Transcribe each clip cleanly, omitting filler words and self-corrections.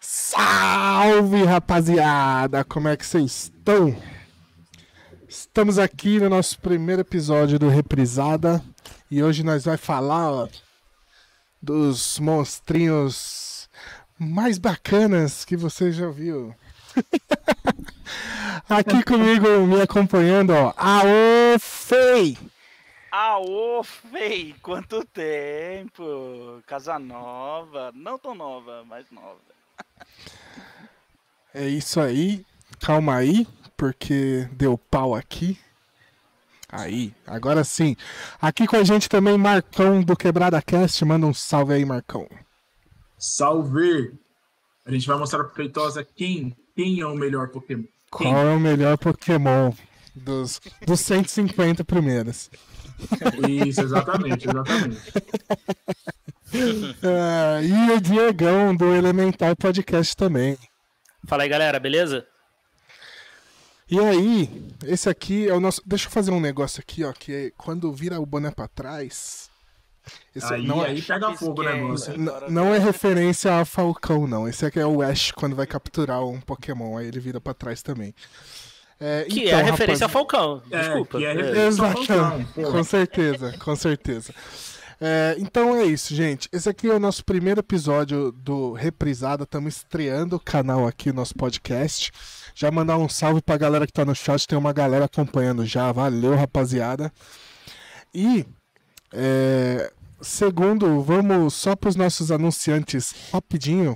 Salve, rapaziada! Como é que vocês estão? Estamos aqui no nosso primeiro episódio do Reprisada e hoje nós vamos falar dos monstrinhos mais bacanas que você já viu. Aqui comigo, me acompanhando, ó, Aô Fei! Aô, Fei! Quanto tempo! Casa nova, não tão nova, mas nova. É isso aí, calma aí, porque deu pau aqui. Aí, agora sim. Aqui com a gente também Marcão do Quebrada Cast, manda um salve aí, Marcão. Salve! A gente vai mostrar pra Feitosa quem é o melhor Pokémon. Qual é o melhor Pokémon dos 150 primeiros? Isso, exatamente. E o Diegão do Elemental Podcast também. Fala aí, galera, beleza? E aí, esse aqui é o nosso... Deixa eu fazer um negócio aqui, ó, que é quando vira o boné pra trás... Aí pega fogo o negócio. Não é referência a Falcão, não. Esse aqui é o Ash quando vai capturar um Pokémon, aí ele vira pra trás também. Que então, é referência a Falcão, desculpa. Que é referência a Falcão, com certeza. Então é isso, gente. Esse aqui é o nosso primeiro episódio do Reprisada. Estamos estreando o canal aqui, nosso podcast. Já mandar um salve pra galera que tá no chat. Tem uma galera acompanhando já. Valeu, rapaziada. E, segundo, vamos só pros nossos anunciantes rapidinho.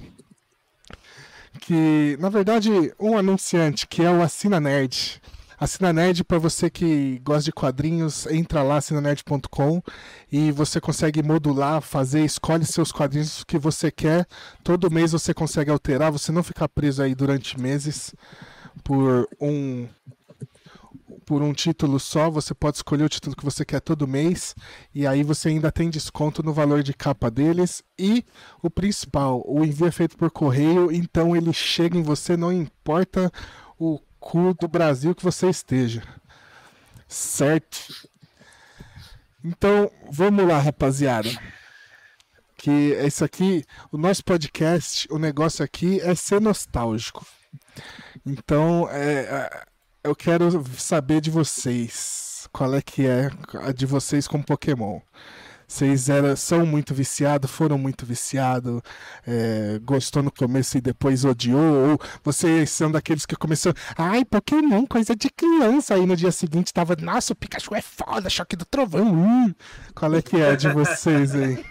Que, na verdade, um anunciante, que é o Assina Nerd. Assina Nerd, para você que gosta de quadrinhos, entra lá, assinanerd.com, e você consegue modular, escolhe seus quadrinhos que você quer. Todo mês você consegue alterar, você não fica preso aí durante meses por um título só. Você pode escolher o título que você quer todo mês, e aí você ainda tem desconto no valor de capa deles. E o principal, o envio é feito por correio, então ele chega em você, não importa o cu do Brasil que você esteja. Certo? Então, vamos lá, rapaziada. Que isso aqui, o nosso podcast, o negócio aqui é ser nostálgico. Então, eu quero saber de vocês. Qual é que é a de vocês com Pokémon? Vocês são muito viciados, foram muito viciados, gostou no começo e depois odiou? Ou vocês são daqueles que começou, ai, Pokémon, coisa de criança, aí no dia seguinte tava, nossa, o Pikachu é foda, choque do trovão. Qual é que é de vocês aí?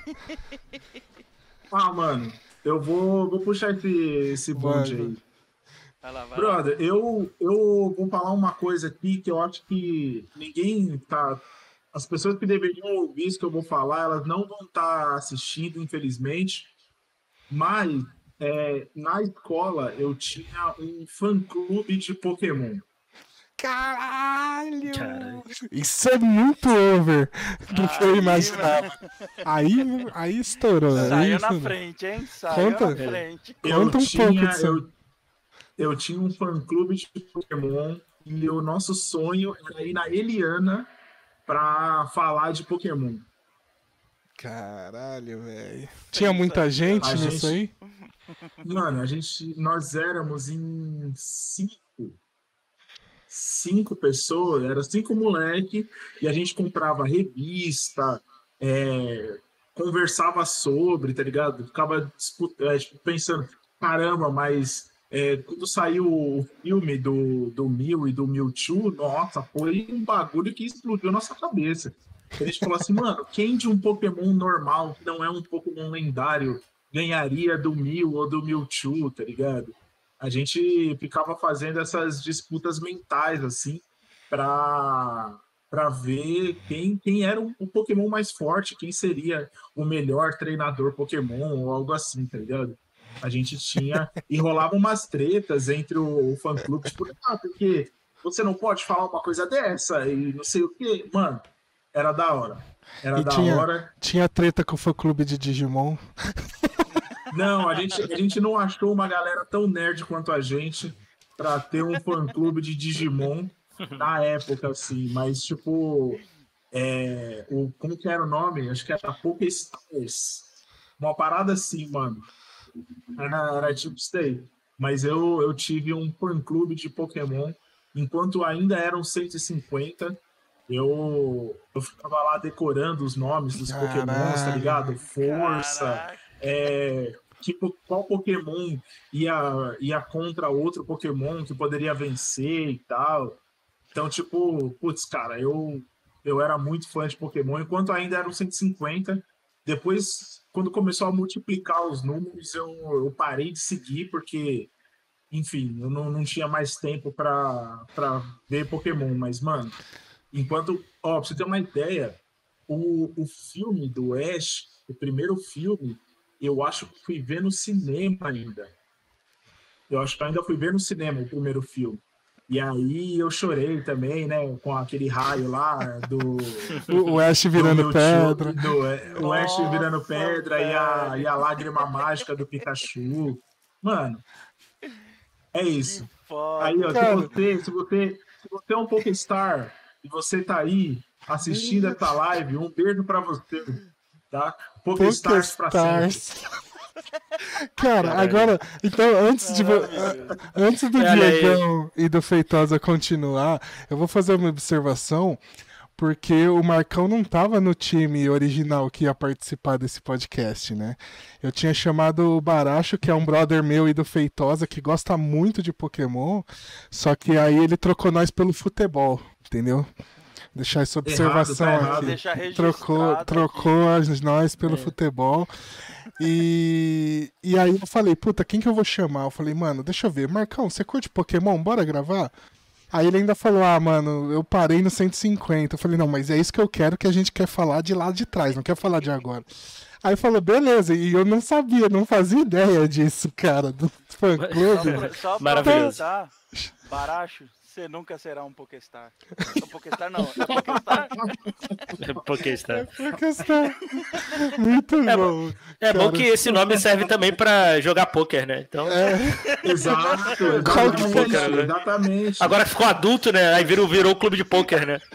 Mano, eu vou puxar esse bonde aí. Vai lá. Brother, eu vou falar uma coisa aqui que eu acho que ninguém tá... As pessoas que deveriam ouvir isso que eu vou falar, elas não vão estar assistindo, infelizmente. Mas, na escola, eu tinha um fã-clube de Pokémon. Caralho! Isso é muito over do que eu imaginava. Aí estourou. Saiu na frente, hein? Conta um pouco disso. Eu tinha um fã-clube de Pokémon e o nosso sonho era ir na Eliana pra falar de Pokémon. Caralho, velho. Tinha muita gente nisso aí? Mano, nós éramos em cinco pessoas, era 5 moleque, e a gente comprava revista, conversava sobre, tá ligado? Ficava pensando, caramba, mas quando saiu o filme do Mew e do Mewtwo, nossa, foi um bagulho que explodiu nossa cabeça. A gente falou assim, mano, quem de um Pokémon normal, que não é um Pokémon lendário, ganharia do Mew ou do Mewtwo, tá ligado? A gente ficava fazendo essas disputas mentais, assim, pra ver quem era o Pokémon mais forte, quem seria o melhor treinador Pokémon ou algo assim, tá ligado? A gente tinha... E rolava umas tretas entre o fã-clube, tipo, porque você não pode falar uma coisa dessa e não sei o quê. Mano, era da hora. Tinha treta com o fã-clube de Digimon. Não, a gente não achou uma galera tão nerd quanto a gente pra ter um fã-clube de Digimon na época, assim. Mas, tipo... como que era o nome? Acho que era PokéStars. Uma parada assim, mano. Era tipo isso daí. Mas eu tive um fã-clube de Pokémon. Enquanto ainda eram 150, eu ficava lá decorando os nomes dos Pokémons, tá ligado? Força, qual Pokémon ia contra outro Pokémon que poderia vencer e tal. Então, tipo, putz, cara, eu era muito fã de Pokémon, enquanto ainda eram 150. Depois, quando começou a multiplicar os números, eu parei de seguir, porque, enfim, eu não tinha mais tempo pra ver Pokémon. Mas, mano, pra você ter uma ideia, o filme do Ash, o primeiro filme, eu acho que fui ver no cinema ainda. Eu acho que ainda fui ver no cinema o primeiro filme. E aí eu chorei também, né? Com aquele raio lá do... o Ash virando pedra. O Ash virando pedra e a lágrima mágica do Pikachu. Mano, é isso. Aí, ó, se você é um Pokéstar e você tá aí assistindo essa live, um beijo pra você, tá? Pokestars pra sempre. Cara, agora, então, antes do Diegão e do Feitosa continuar, eu vou fazer uma observação, porque o Marcão não tava no time original que ia participar desse podcast, né? Eu tinha chamado o Baracho, que é um brother meu e do Feitosa, que gosta muito de Pokémon, só que aí ele trocou nós pelo futebol, entendeu? Deixar essa observação aqui. Trocou nós pelo futebol. E aí eu falei, puta, quem que eu vou chamar? Eu falei, mano, deixa eu ver. Marcão, você curte Pokémon? Bora gravar? Aí ele ainda falou, mano, eu parei no 150. Eu falei, não, mas é isso que eu quero, que a gente quer falar de lá de trás, não quer falar de agora. Aí falou, beleza, e eu não sabia, não fazia ideia disso, cara, do fã-clube. Só pra perguntar, Baracho, você nunca será um Pokéstar. Pokéstar não, é Pokéstar? Pokéstar. Muito bom. É bom que esse nome serve também pra jogar poker, né? Então... Exato, exatamente. Agora ficou adulto, né? Aí virou o clube de poker, né?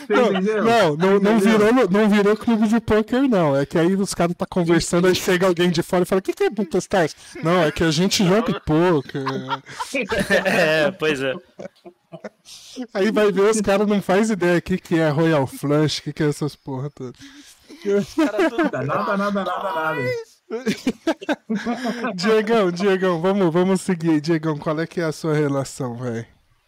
Não virou clube de poker, não. É que aí os caras tá conversando, aí chega alguém de fora e fala, o que é Pokéstar? Não, é que a gente joga poker. Pois é. Aí vai ver, os caras não fazem ideia o que é Royal Flush, o que é essas porra todas. Nada. Diegão, vamos seguir. Diegão, qual é que é a sua relação, velho?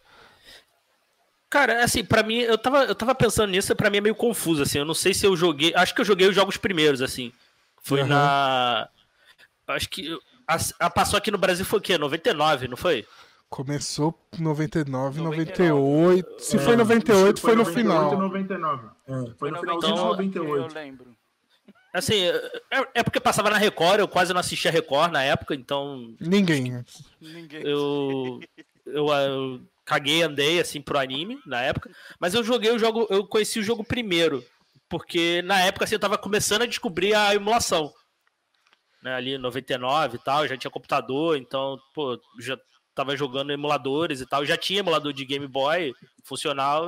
Cara, assim, pra mim, eu tava pensando nisso, pra mim é meio confuso, assim, eu não sei se eu joguei, acho que eu joguei os jogos primeiros, assim, foi acho que, passou aqui no Brasil foi o quê? 99, não foi? Começou 99, 98. Se foi 98, foi no final. 99. Foi no final de 98. Eu lembro. Assim, é porque passava na Record, eu quase não assistia Record na época, então... Ninguém. Eu caguei, andei, assim, pro anime na época, mas eu joguei o jogo, eu conheci o jogo primeiro, porque na época, assim, eu tava começando a descobrir a emulação, né, ali em 99 e tal, já tinha computador, então, pô, já tava jogando emuladores e tal, já tinha emulador de Game Boy funcional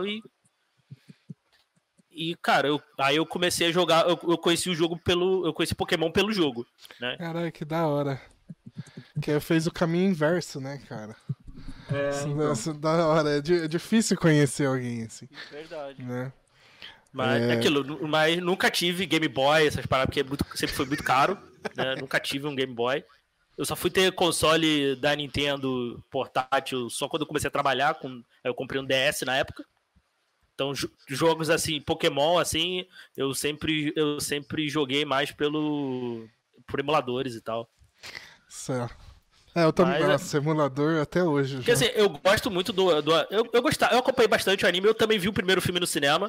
e cara, aí eu comecei a jogar, eu conheci o jogo eu conheci Pokémon pelo jogo, né? Caralho, que da hora. Que fez o caminho inverso, né, cara? Isso da hora, é difícil conhecer alguém assim. Verdade. Né? Mas mas nunca tive Game Boy, essas paradas, porque sempre foi muito caro, né? Nunca tive um Game Boy. Eu só fui ter console da Nintendo portátil só quando eu comecei a trabalhar, eu comprei um DS na época. Então, jogos assim, Pokémon, assim, eu sempre joguei mais por emuladores e tal. Certo. Eu também gosto, emulador até hoje. Porque assim, eu gosto muito eu acompanhei bastante o anime, eu também vi o primeiro filme no cinema.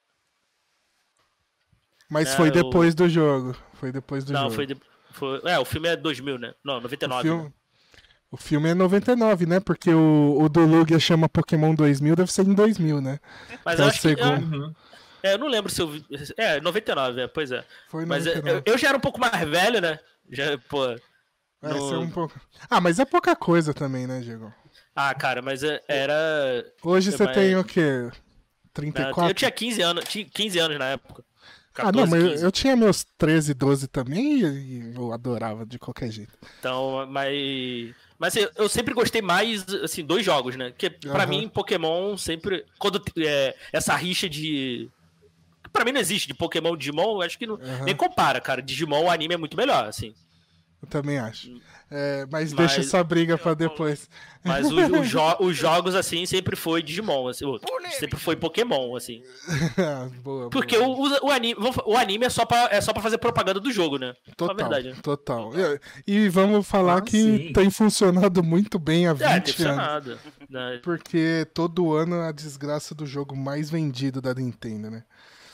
Mas foi depois do jogo. Foi depois do jogo. O filme é 2000, né? Não, 99. O filme é 99, né? Porque o do Lugia chama Pokémon 2000, deve ser em 2000, né? Mas eu acho que... eu não lembro se eu vi... 99, pois é. Foi 99. Mas eu já era um pouco mais velho, né? Já, pô... um pouco... mas é pouca coisa também, né, Diego? Cara, mas era... Hoje você tem o quê? 34? Eu tinha 15 anos na época. 14, não, mas 15. eu tinha meus 13, 12 também e eu adorava de qualquer jeito. Então, mas assim, eu sempre gostei mais, assim, 2 jogos, né? Porque pra Aham. mim, Pokémon sempre... Quando essa rixa de... Pra mim não existe, de Pokémon e Digimon, eu acho que não, nem compara, cara. Digimon, o anime é muito melhor, assim. Eu também acho. Mas Mas- deixa essa briga pra depois. Mas os jogos, assim, sempre foi Digimon, assim, sempre foi Pokémon, assim. Boa, Porque boa. o anime é só pra fazer propaganda do jogo, né? Só a Total, verdade. Né? total. E vamos falar que sim. tem funcionado muito bem há 20 Tem anos. funcionado. Né? Porque todo ano é a desgraça do jogo mais vendido da Nintendo, né?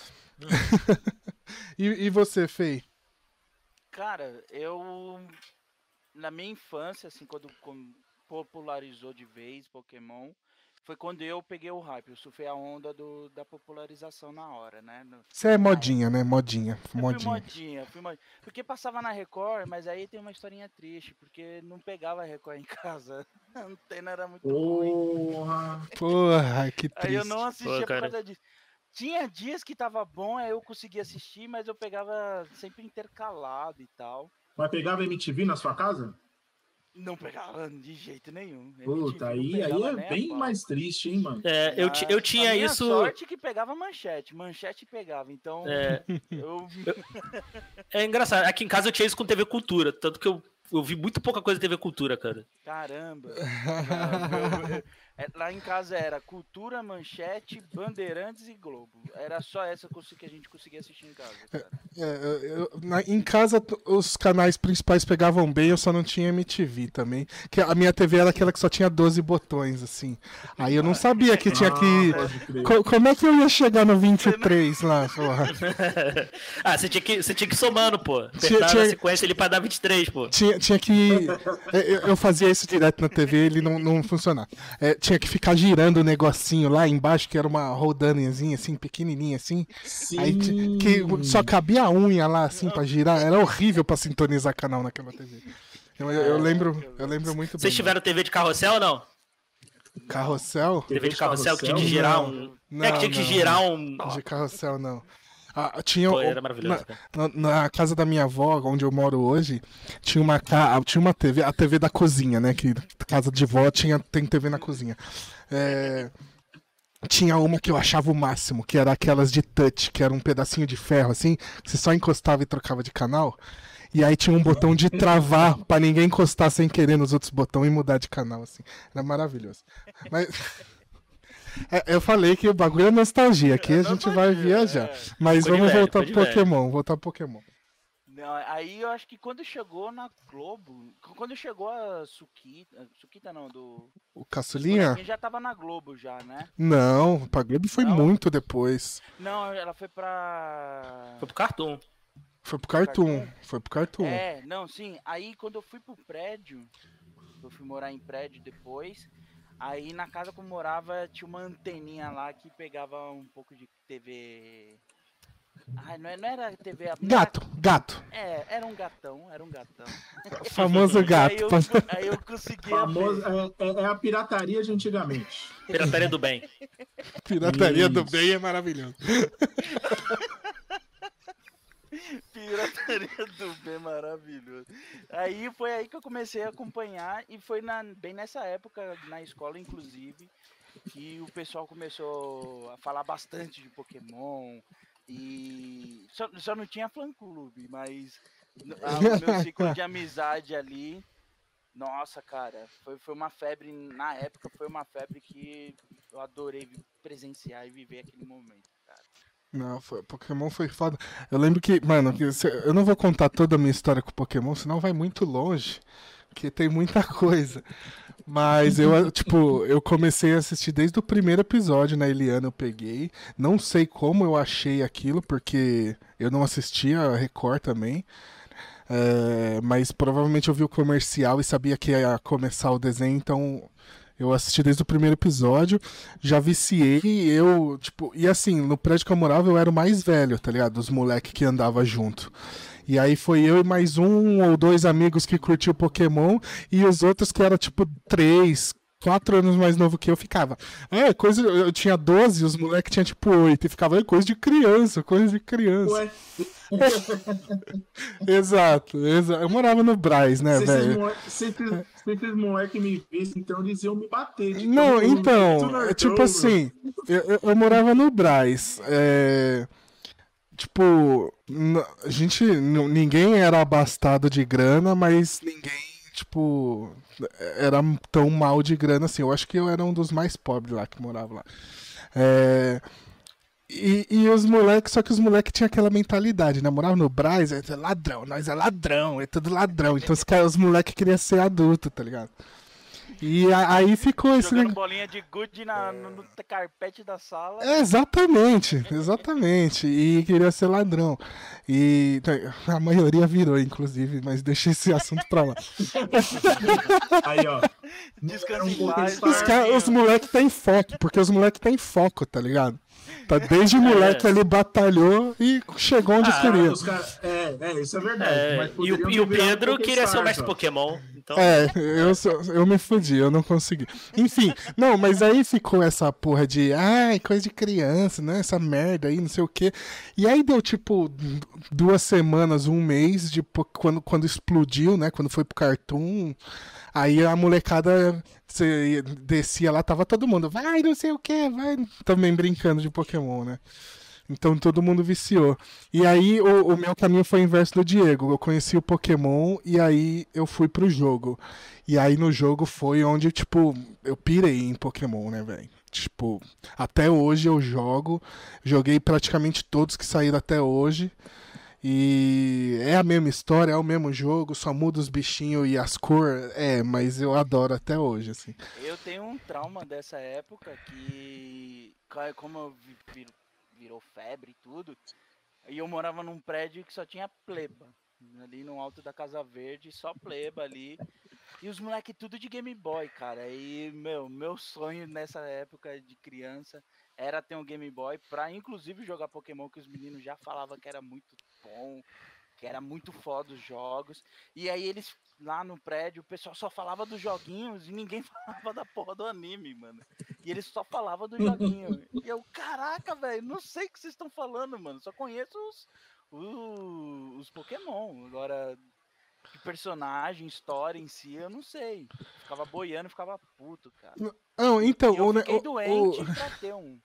E você, Fei? Cara, eu. Na minha infância, assim, quando popularizou de vez Pokémon, foi quando eu peguei o hype. Eu surfei a onda da popularização na hora, né? Você é modinha, né? Modinha. Eu Modinha. fui modinha. Porque passava na Record, mas aí tem uma historinha triste, porque não pegava a Record em casa. A antena era muito ruim. Porra. Porra, que Aí eu triste. não assistia por cara. causa disso. Tinha dias que tava bom, aí eu conseguia assistir, mas eu pegava sempre intercalado e tal. Mas pegava MTV na sua casa? Não pegava de jeito nenhum. Puta, MTV não aí pegava é nem a bem pau. mais triste, hein, mano? Eu tinha a minha isso. sorte que pegava manchete pegava, então eu É engraçado. Aqui em casa eu tinha isso com TV Cultura. Tanto que eu vi muito pouca coisa de TV Cultura, cara. caramba. Lá em casa era Cultura, Manchete, Bandeirantes e Globo. Era só essa que a gente conseguia assistir em casa, cara. Em casa, os canais principais pegavam bem, eu só não tinha MTV também. Que a minha TV era aquela que só tinha 12 botões, assim. Aí eu não sabia que tinha que. Pode crer. Como é que eu ia chegar no 23 lá, porra? Você tinha que ir somando, pô. Tinha- Apertar tinha- na sequência ali pra dar 23, pô. Tinha que. Eu fazia isso direto na TV, ele não funcionava. Tinha que ficar girando o negocinho lá embaixo, que era uma roldaninhazinha assim, pequenininha assim. Sim. Aí que só cabia a unha lá assim pra girar. Era horrível pra sintonizar canal naquela TV. Eu lembro muito bem. Vocês tiveram TV de carrossel ou não? Carrossel? TV de carrossel que tinha que Não. girar Não, que tinha que não. girar um. De carrossel, não. Tinha Pô, era maravilhoso, cara. na casa da minha avó, onde eu moro hoje, tinha uma TV, a TV da cozinha, né? Que casa de vó tem TV na cozinha. Tinha uma que eu achava o máximo, que era aquelas de touch, que era um pedacinho de ferro assim, que você só encostava e trocava de canal. E aí tinha um botão de travar pra ninguém encostar sem querer nos outros botões e mudar de canal, assim. Era maravilhoso. Mas eu falei que o bagulho é nostalgia, aqui a gente vai viajar. Mas Ficou de vamos velho, voltar ficou pro de velho. Pokémon, voltar pro Pokémon. Não, aí eu acho que quando chegou na Globo, quando chegou a Suquita não, O Caçulinha? já tava na Globo já, né? Não, o Globo foi Não? muito depois. Não, ela foi pra... Foi pro Cartoon. Foi pro Cartoon. Foi pro Cartoon. Não, sim. Aí quando eu fui pro prédio, eu fui morar em prédio depois, aí na casa que eu morava tinha uma anteninha lá que pegava um pouco de TV... Ah, não era TV... Gato. Era um gatão. Famoso gato. Aí eu conseguia Famoso, ver. é a pirataria de antigamente. Pirataria do bem. Pirataria do Isso. bem é maravilhoso. Pirataria do bem, maravilhoso. Aí foi aí que eu comecei a acompanhar e foi bem nessa época, na escola inclusive, que o pessoal começou a falar bastante de Pokémon e só não tinha fã-clube, mas o meu ciclo de amizade ali, nossa, cara, foi uma febre, na época foi uma febre que eu adorei presenciar e viver aquele momento, cara. Não, Pokémon foi foda. Eu lembro que, mano, eu não vou contar toda a minha história com Pokémon, senão vai muito longe, porque tem muita coisa. Mas eu comecei a assistir desde o primeiro episódio, na Eliana eu peguei. Não sei como eu achei aquilo, porque eu não assistia a Record também. Mas provavelmente eu vi o comercial e sabia que ia começar o desenho, então eu assisti desde o primeiro episódio, já viciei, e assim, no prédio que eu morava eu era o mais velho, tá ligado? Dos moleques que andava junto. E aí foi eu e mais 1 ou 2 amigos que curtiu Pokémon, e os outros que era tipo 3, 4 anos mais novo que eu ficava. Eu tinha 12, os moleques tinham tipo 8. E ficava, coisa de criança, coisa de criança. Ué. Exato. Eu morava no Brás, né, velho? Se esses moleques me vissem, então eles iam me bater. Não, então, tipo assim, eu morava no Brás. Tipo, ninguém era abastado de grana, mas ninguém, tipo, era tão mal de grana assim. Eu acho que eu era um dos mais pobres lá que morava lá. E os moleques, só que os moleques tinham aquela mentalidade, né? Morava no Brás, ladrão, nós é ladrão, é tudo ladrão. Então os moleques queriam ser adulto, tá ligado? E aí ficou esse jogando bolinha de gude no carpete da sala. Exatamente. E queria ser ladrão. E a maioria virou, inclusive, mas deixa esse assunto pra lá. Aí, ó. Os moleques têm foco, porque os moleques têm foco, tá ligado? Tá desde o moleque ali batalhou e chegou onde queria. Isso é verdade. E o Pedro queria ser o mestre Pokémon. Então... eu me fudi, eu não consegui. Enfim, não, mas aí ficou essa porra de coisa de criança, né? Essa merda aí, não sei o quê. E aí deu tipo 2 semanas, 1 mês, quando explodiu, né? Quando foi pro Cartoon. Aí a molecada descia lá, tava todo mundo, vai, não sei o que, vai. Também brincando de Pokémon, né? Então todo mundo viciou. E aí o meu caminho foi o inverso do Diego. Eu conheci o Pokémon e aí eu fui pro jogo. E aí no jogo foi onde, tipo, eu pirei em Pokémon, né, velho? Tipo, até hoje eu joguei praticamente todos que saíram até hoje. E é a mesma história, é o mesmo jogo, só muda os bichinhos e as cores. Mas eu adoro até hoje, assim. Eu tenho um trauma dessa época que, como eu virou febre e tudo, e eu morava num prédio que só tinha pleba. Ali no alto da Casa Verde, só pleba ali. E os moleques tudo de Game Boy, cara. E, meu sonho nessa época de criança era ter um Game Boy pra, inclusive, jogar Pokémon, que os meninos já falavam que era muito bom, que era muito foda os jogos. E aí eles, lá no prédio, o pessoal só falava dos joguinhos e ninguém falava da porra do anime, mano. E eles só falavam do joguinho. E eu, caraca, velho, não sei o que vocês estão falando, mano. Só conheço os Pokémon. Agora, de personagem, história em si, eu não sei. Ficava boiando, ficava puto, cara. Não, então... Eu fiquei doente pra ter um.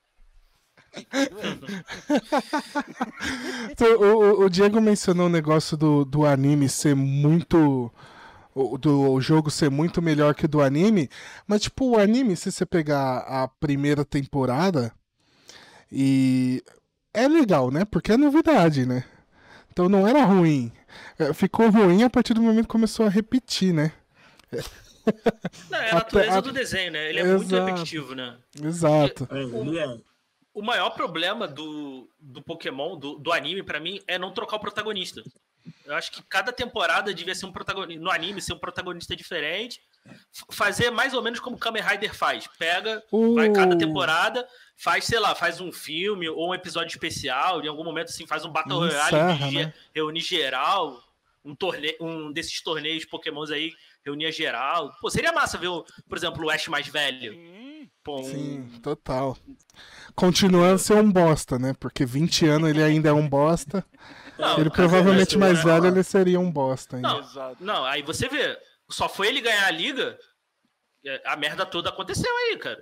O Diego mencionou o negócio do anime ser muito... do jogo ser muito melhor que o do anime, mas tipo, o anime, se você pegar a primeira temporada, e é legal, né? Porque é novidade, né? Então não era ruim. Ficou ruim a partir do momento que começou a repetir, né? Não, é a natureza do desenho, né? Ele é muito repetitivo, né? Exato. O maior problema do Pokémon, do anime, pra mim, é não trocar o protagonista. Eu acho que cada temporada devia ser um protagonista. No anime, ser um protagonista diferente. Fazer mais ou menos como o Kamen Rider faz. Pega, vai cada temporada, faz, sei lá, faz um filme ou um episódio especial. Em algum momento, assim, faz um Battle Royale, né? Reunir geral. Um desses torneios Pokémons aí, reunia geral. Pô, seria massa ver, por exemplo, o Ash mais velho. Sim, total. Continuando a ser um bosta, né? Porque 20 anos ele ainda é um bosta. Não, ele provavelmente mais velho, ele seria um bosta ainda. Não, aí você vê. Só foi ele ganhar a liga, a merda toda aconteceu aí, cara.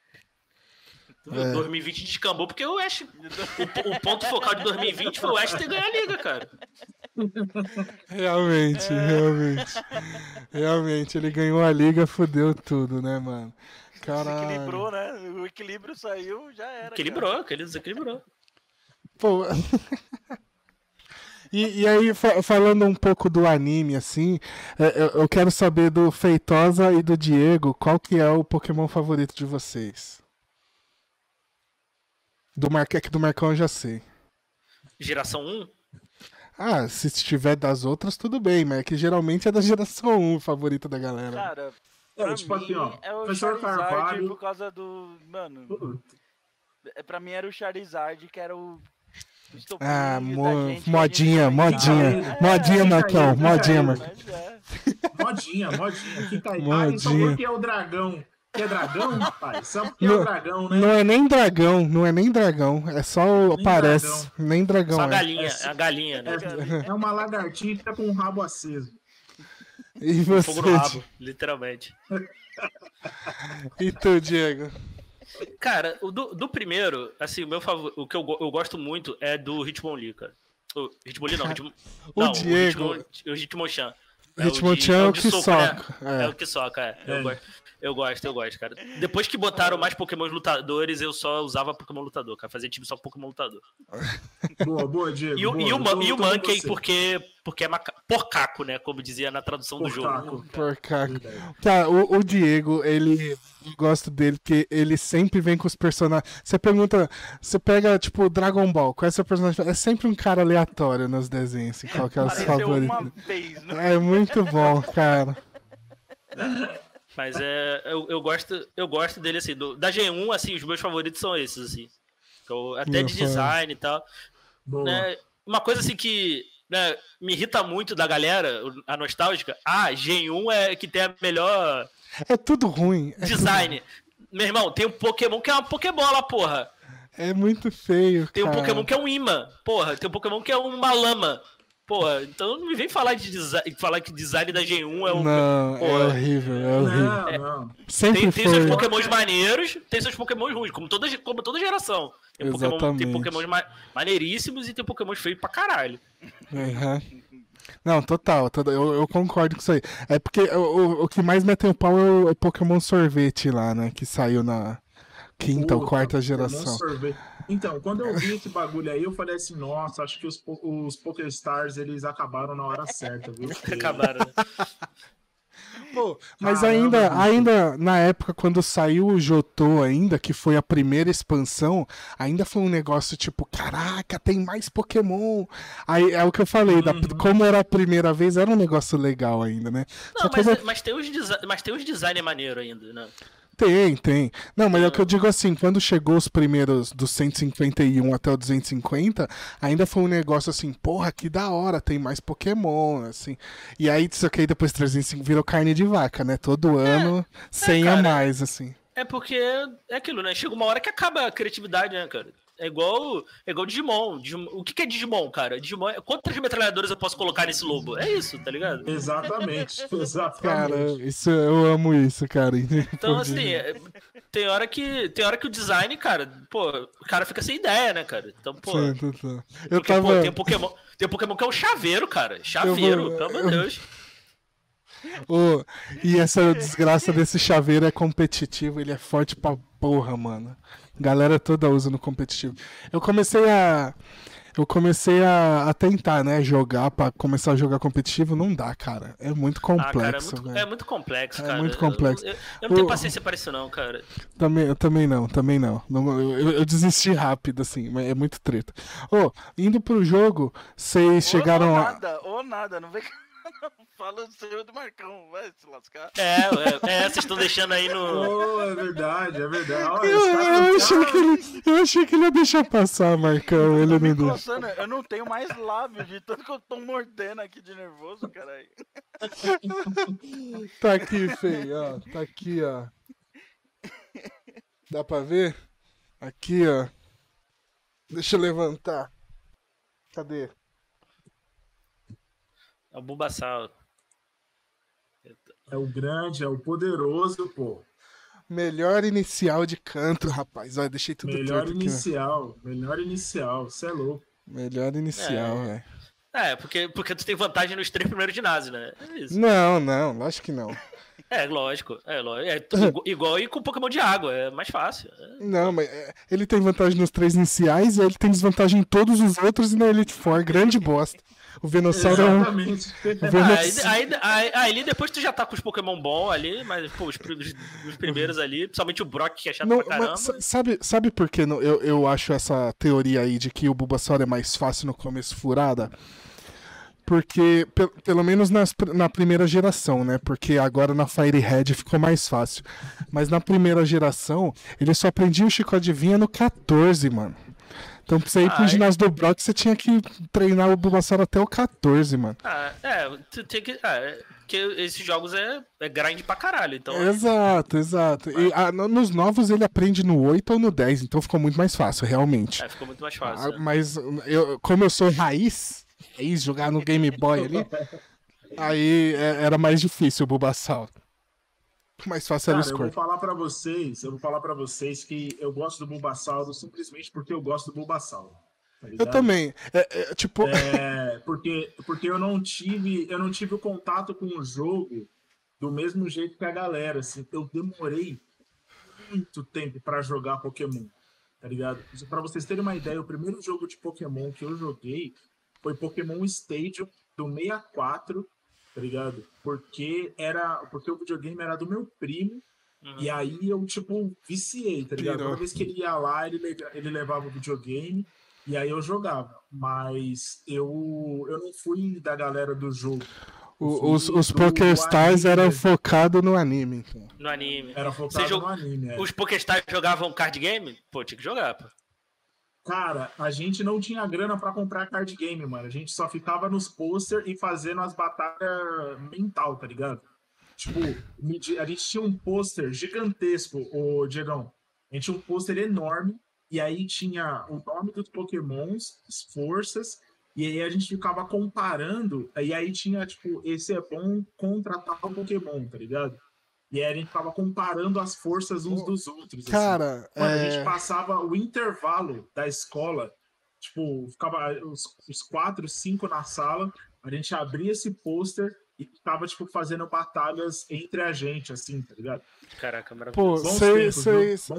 2020 descambou porque o Ash... O ponto focal de 2020 foi o Ash ter ganho a liga, cara. Realmente, ele ganhou a liga, fodeu tudo, né, mano? Caralho. Desequilibrou, né? O equilíbrio saiu, já era. Desequilibrou. Pô... E aí, falando um pouco do anime, assim, eu quero saber do Feitosa e do Diego, qual que é o Pokémon favorito de vocês? Do Marcão eu já sei. Geração 1? Se tiver das outras, tudo bem, mas é que geralmente é da geração 1 o favorito da galera. Cara, pra tipo mim, assim, ó, é o Professor Charizard Carvalho... por causa do... Mano, pra mim era o Charizard, que era o... Modinha, Marcão, modinha, Marcão. Modinha. Quem tá aí? Ele falou que é o dragão. Que é dragão, rapaz? Só porque é o dragão, né? Não é nem dragão. É só Nem parece. dragão. Nem dragão. Só a é. galinha, a galinha, né? É uma lagartixa com um rabo aceso. E você? Fogo no rabo, literalmente. E tu, Diego? Cara, do primeiro, assim, o meu favorito, o que eu gosto muito é do Hitmonlee, cara. O Hitmonlee não, O Diego. O Hitmonchan. Hitmonchan é o que soco, soca. né? É o que soca, Eu gosto, cara. Depois que botaram mais Pokémon lutadores, eu só usava Pokémon lutador, cara. Fazia time só Pokémon lutador. Boa, Diego. E o Mankey, porque é porcaco, né? Como dizia na tradução do jogo. Porcaco. Tá, o Diego, eu gosto dele porque ele sempre vem com os personagens. Você pergunta, você pega, tipo, Dragon Ball, qual é seu personagem? É sempre um cara aleatório nos desenhos, assim, qual que é o favorito. Uma vez, né? É muito bom, cara. Mas eu gosto dele, assim, da Gen 1, assim, os meus favoritos são esses, assim. Até de design e tal. Né, uma coisa, assim, que né, me irrita muito da galera, a nostálgica, Gen 1 é que tem a melhor... É tudo ruim. Design. Meu irmão, tem um Pokémon que é uma Pokébola, porra. É muito feio, Tem um cara. Pokémon que é um imã, porra. Tem um Pokémon que é uma lama. Porra, então não me vem falar falar que design da Gen 1 é um... Não, porra. é horrível, é horrível. Não. Sempre Tem foi. seus Pokémons maneiros, tem seus Pokémons ruins, como toda geração. Tem Exatamente. Pokémons maneiríssimos e tem Pokémons feios pra caralho. Uhum. Não, total, eu concordo com isso aí. É porque o que mais mete o pau é o Pokémon Sorvete lá, né? Que saiu na quinta ou quarta geração. Então, quando eu vi esse bagulho aí, eu falei assim, nossa, acho que os Pokéstars, eles acabaram na hora certa, viu? Acabaram, né? Pô, mas Caramba, ainda na época, quando saiu o Jotô ainda, que foi a primeira expansão, ainda foi um negócio tipo, caraca, tem mais Pokémon. Aí é o que eu falei, como era a primeira vez, era um negócio legal ainda, né? Não, mas tem os design maneiro ainda, né? Tem. Não, mas é o que eu digo assim, quando chegou os primeiros dos 151 até o 250, ainda foi um negócio assim, porra, que da hora, tem mais Pokémon, assim. E aí, isso aqui depois 305 virou carne de vaca, né? Todo ano, 100 a mais, assim. É porque é aquilo, né? Chega uma hora que acaba a criatividade, né, cara? É igual Digimon. O que é Digimon, cara? Digimon quantas metralhadoras eu posso colocar nesse lobo? É isso, tá ligado? Exatamente. Cara, eu amo isso, cara. Então, assim, tem hora que o design, cara, pô, o cara fica sem ideia, né, cara? Então, pô. Sim. Pô, tem um Pokémon que é um chaveiro, cara. Chaveiro, pelo amor de Deus. E essa desgraça desse chaveiro é competitivo, ele é forte pra porra, mano. Galera toda usa no competitivo. Eu comecei a tentar, né, jogar pra começar a jogar competitivo, não dá, cara. É muito complexo, cara, é muito complexo, cara. É muito complexo. Eu não tenho paciência pra isso não, cara. Eu também não. Eu desisti rápido, assim, mas é muito treta. Indo pro jogo, vocês chegaram Ou nada, não vem... Fala o seu do Marcão, vai se lascar. Vocês estão deixando aí no... É verdade. Olha, eu achei que ele ia deixar passar, Marcão. Ele não deu. Eu não tenho mais lábio de tanto que eu tô mordendo aqui de nervoso, caralho. Tá aqui, Fei, ó. Tá aqui, ó. Dá pra ver? Aqui, ó. Deixa eu levantar. Cadê? É o Bulbasaur. É o grande, é o poderoso, pô. Melhor inicial de canto, rapaz. Olha, deixei tudo Melhor torto inicial, você é louco. Melhor inicial, velho. Porque tu tem vantagem nos 3 primeiros ginásios, né? É isso. Não, lógico que não. Lógico. Igual ir com Pokémon de água, é mais fácil. Não, mas ele tem vantagem nos 3 iniciais e ele tem desvantagem em todos os outros e na Elite Four. Grande bosta. O Venusaur é um... Exatamente. Aí depois tu já tá com os Pokémon bons ali, mas pô, os primeiros ali, principalmente o Brock, que é chato pra caramba. Sabe por que eu acho essa teoria aí de que o Bulbasaur é mais fácil no começo furada? Porque, pelo menos na primeira geração, né? Porque agora na Fire Red ficou mais fácil. Mas na primeira geração, ele só aprendia o Chicote de Vinha no 14, mano. Então pra você ir pro ginásio do Brock, você tinha que treinar o Bulbasaur até o 14, mano. Tu tem que... porque esses jogos é grind pra caralho, então... Exato. E nos novos ele aprende no 8 ou no 10, então ficou muito mais fácil, realmente. Ficou muito mais fácil. Mas como eu sou raiz, jogar no Game Boy ali, aí era mais difícil o Bulbasaur. Mais fácil era o Squirtle. Eu vou falar pra vocês que eu gosto do Bulbasaur simplesmente porque eu gosto do Bulbasaur. Tá eu também. Porque eu não tive o contato com o jogo do mesmo jeito que a galera. Assim, eu demorei muito tempo pra jogar Pokémon, tá ligado? Pra vocês terem uma ideia, o primeiro jogo de Pokémon que eu joguei foi Pokémon Stadium do 64, tá ligado? Porque o videogame era do meu primo. E aí eu, tipo, viciei, tá ligado? Toda vez que ele ia lá, ele levava o videogame e aí eu jogava. Mas eu não fui da galera do jogo. Os PokéStars eram focados no anime. Então. No anime. Era focado no anime, Os PokéStars jogavam card game? Pô, tinha que jogar, pô. Cara, a gente não tinha grana pra comprar card game, mano. A gente só ficava nos posters e fazendo as batalhas mental, tá ligado? Tipo, a gente tinha um pôster gigantesco, ô Diegão. A gente tinha um pôster enorme, e aí tinha o nome dos Pokémons, as forças, e aí a gente ficava comparando, e aí tinha, tipo, esse é bom contra tal Pokémon, tá ligado? E aí a gente ficava comparando as forças uns dos outros. Cara, assim. Mano, a gente passava o intervalo da escola, tipo, ficava os 4, 5 na sala, a gente abria esse pôster e tava, tipo, fazendo batalhas entre a gente, assim, tá ligado? Caraca, maravilhoso. Pô,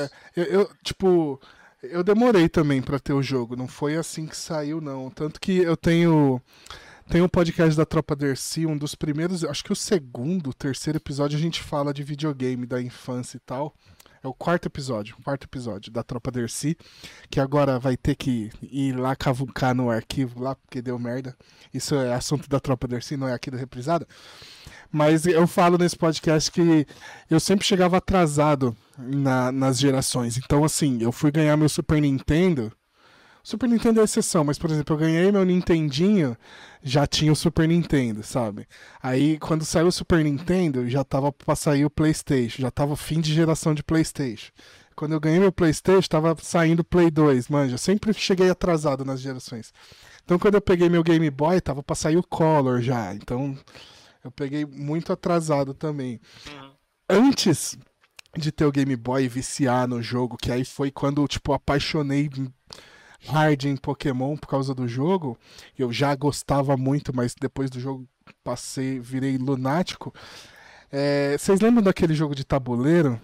eu demorei também pra ter o jogo, não foi assim que saiu, não. Tanto que eu tenho um podcast da Tropa Dercy, um dos primeiros, acho que o segundo, terceiro episódio, a gente fala de videogame, da infância e tal. É o quarto episódio da Tropa Dercy, que agora vai ter que ir lá cavucar no arquivo lá, porque deu merda. Isso é assunto da Tropa Dercy, não é aqui da Reprisada. Mas eu falo nesse podcast que eu sempre chegava atrasado nas gerações. Então, assim, eu fui ganhar meu Super Nintendo. Super Nintendo é exceção, mas, por exemplo, eu ganhei meu Nintendinho, já tinha o Super Nintendo, sabe? Aí, quando saiu o Super Nintendo, já tava pra sair o PlayStation, já tava fim de geração de PlayStation. Quando eu ganhei meu PlayStation, tava saindo o Play 2, manja. Eu sempre cheguei atrasado nas gerações. Então, quando eu peguei meu Game Boy, tava pra sair o Color já. Então, eu peguei muito atrasado também. Antes de ter o Game Boy e viciar no jogo, que aí foi quando, tipo, apaixonei hard em Pokémon por causa do jogo. Eu já gostava muito, mas depois do jogo virei lunático. Vocês lembram daquele jogo de tabuleiro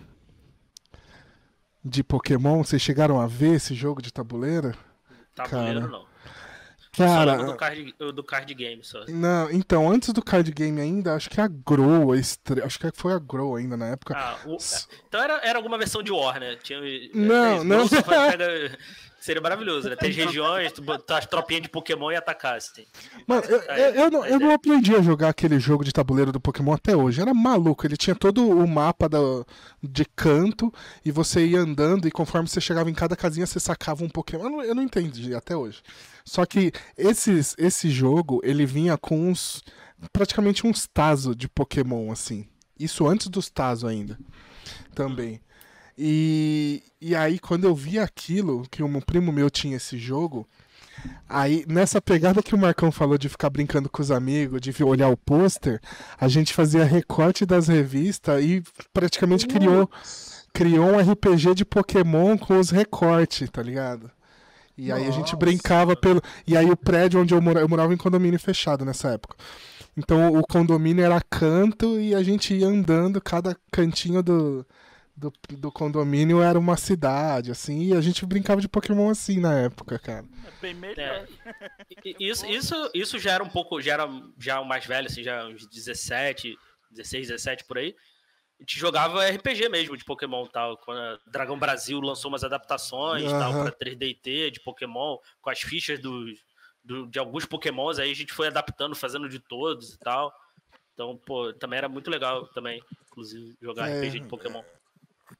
de Pokémon? Vocês chegaram a ver esse jogo de tabuleiro? Tabuleiro não. Cara, só do card game só. Não, então, antes do card game ainda, acho que a Grow, acho que foi a Grow ainda na época. Então era alguma versão de War, né? Não. Seria maravilhoso, né? Tem as regiões, tu botar as tropinhas de Pokémon e atacar, assim. Mano, eu não aprendi a jogar aquele jogo de tabuleiro do Pokémon até hoje. Era maluco. Ele tinha todo o mapa de canto e você ia andando e conforme você chegava em cada casinha você sacava um Pokémon. Eu não entendi até hoje. Só que esse jogo, ele vinha com praticamente uns Tazo de Pokémon, assim. Isso antes dos Tazo ainda. Também. E aí, quando eu vi aquilo, que um primo meu tinha esse jogo, aí nessa pegada que o Marcão falou de ficar brincando com os amigos, de olhar o pôster, a gente fazia recorte das revistas e praticamente criou um RPG de Pokémon com os recortes, tá ligado? E aí a gente brincava E aí o prédio onde eu morava em condomínio fechado nessa época. Então o condomínio era canto e a gente ia andando, cada cantinho do condomínio era uma cidade, assim, e a gente brincava de Pokémon assim na época, cara. Bem melhor. Isso já era um pouco, já o mais velho, assim, já uns 16, 17 por aí. A gente jogava RPG mesmo de Pokémon e tal. Quando a Dragão Brasil lançou umas adaptações tal, pra 3DT de Pokémon, com as fichas de alguns Pokémons, aí a gente foi adaptando, fazendo de todos e tal. Então, pô, também era muito legal também, inclusive, jogar RPG de Pokémon.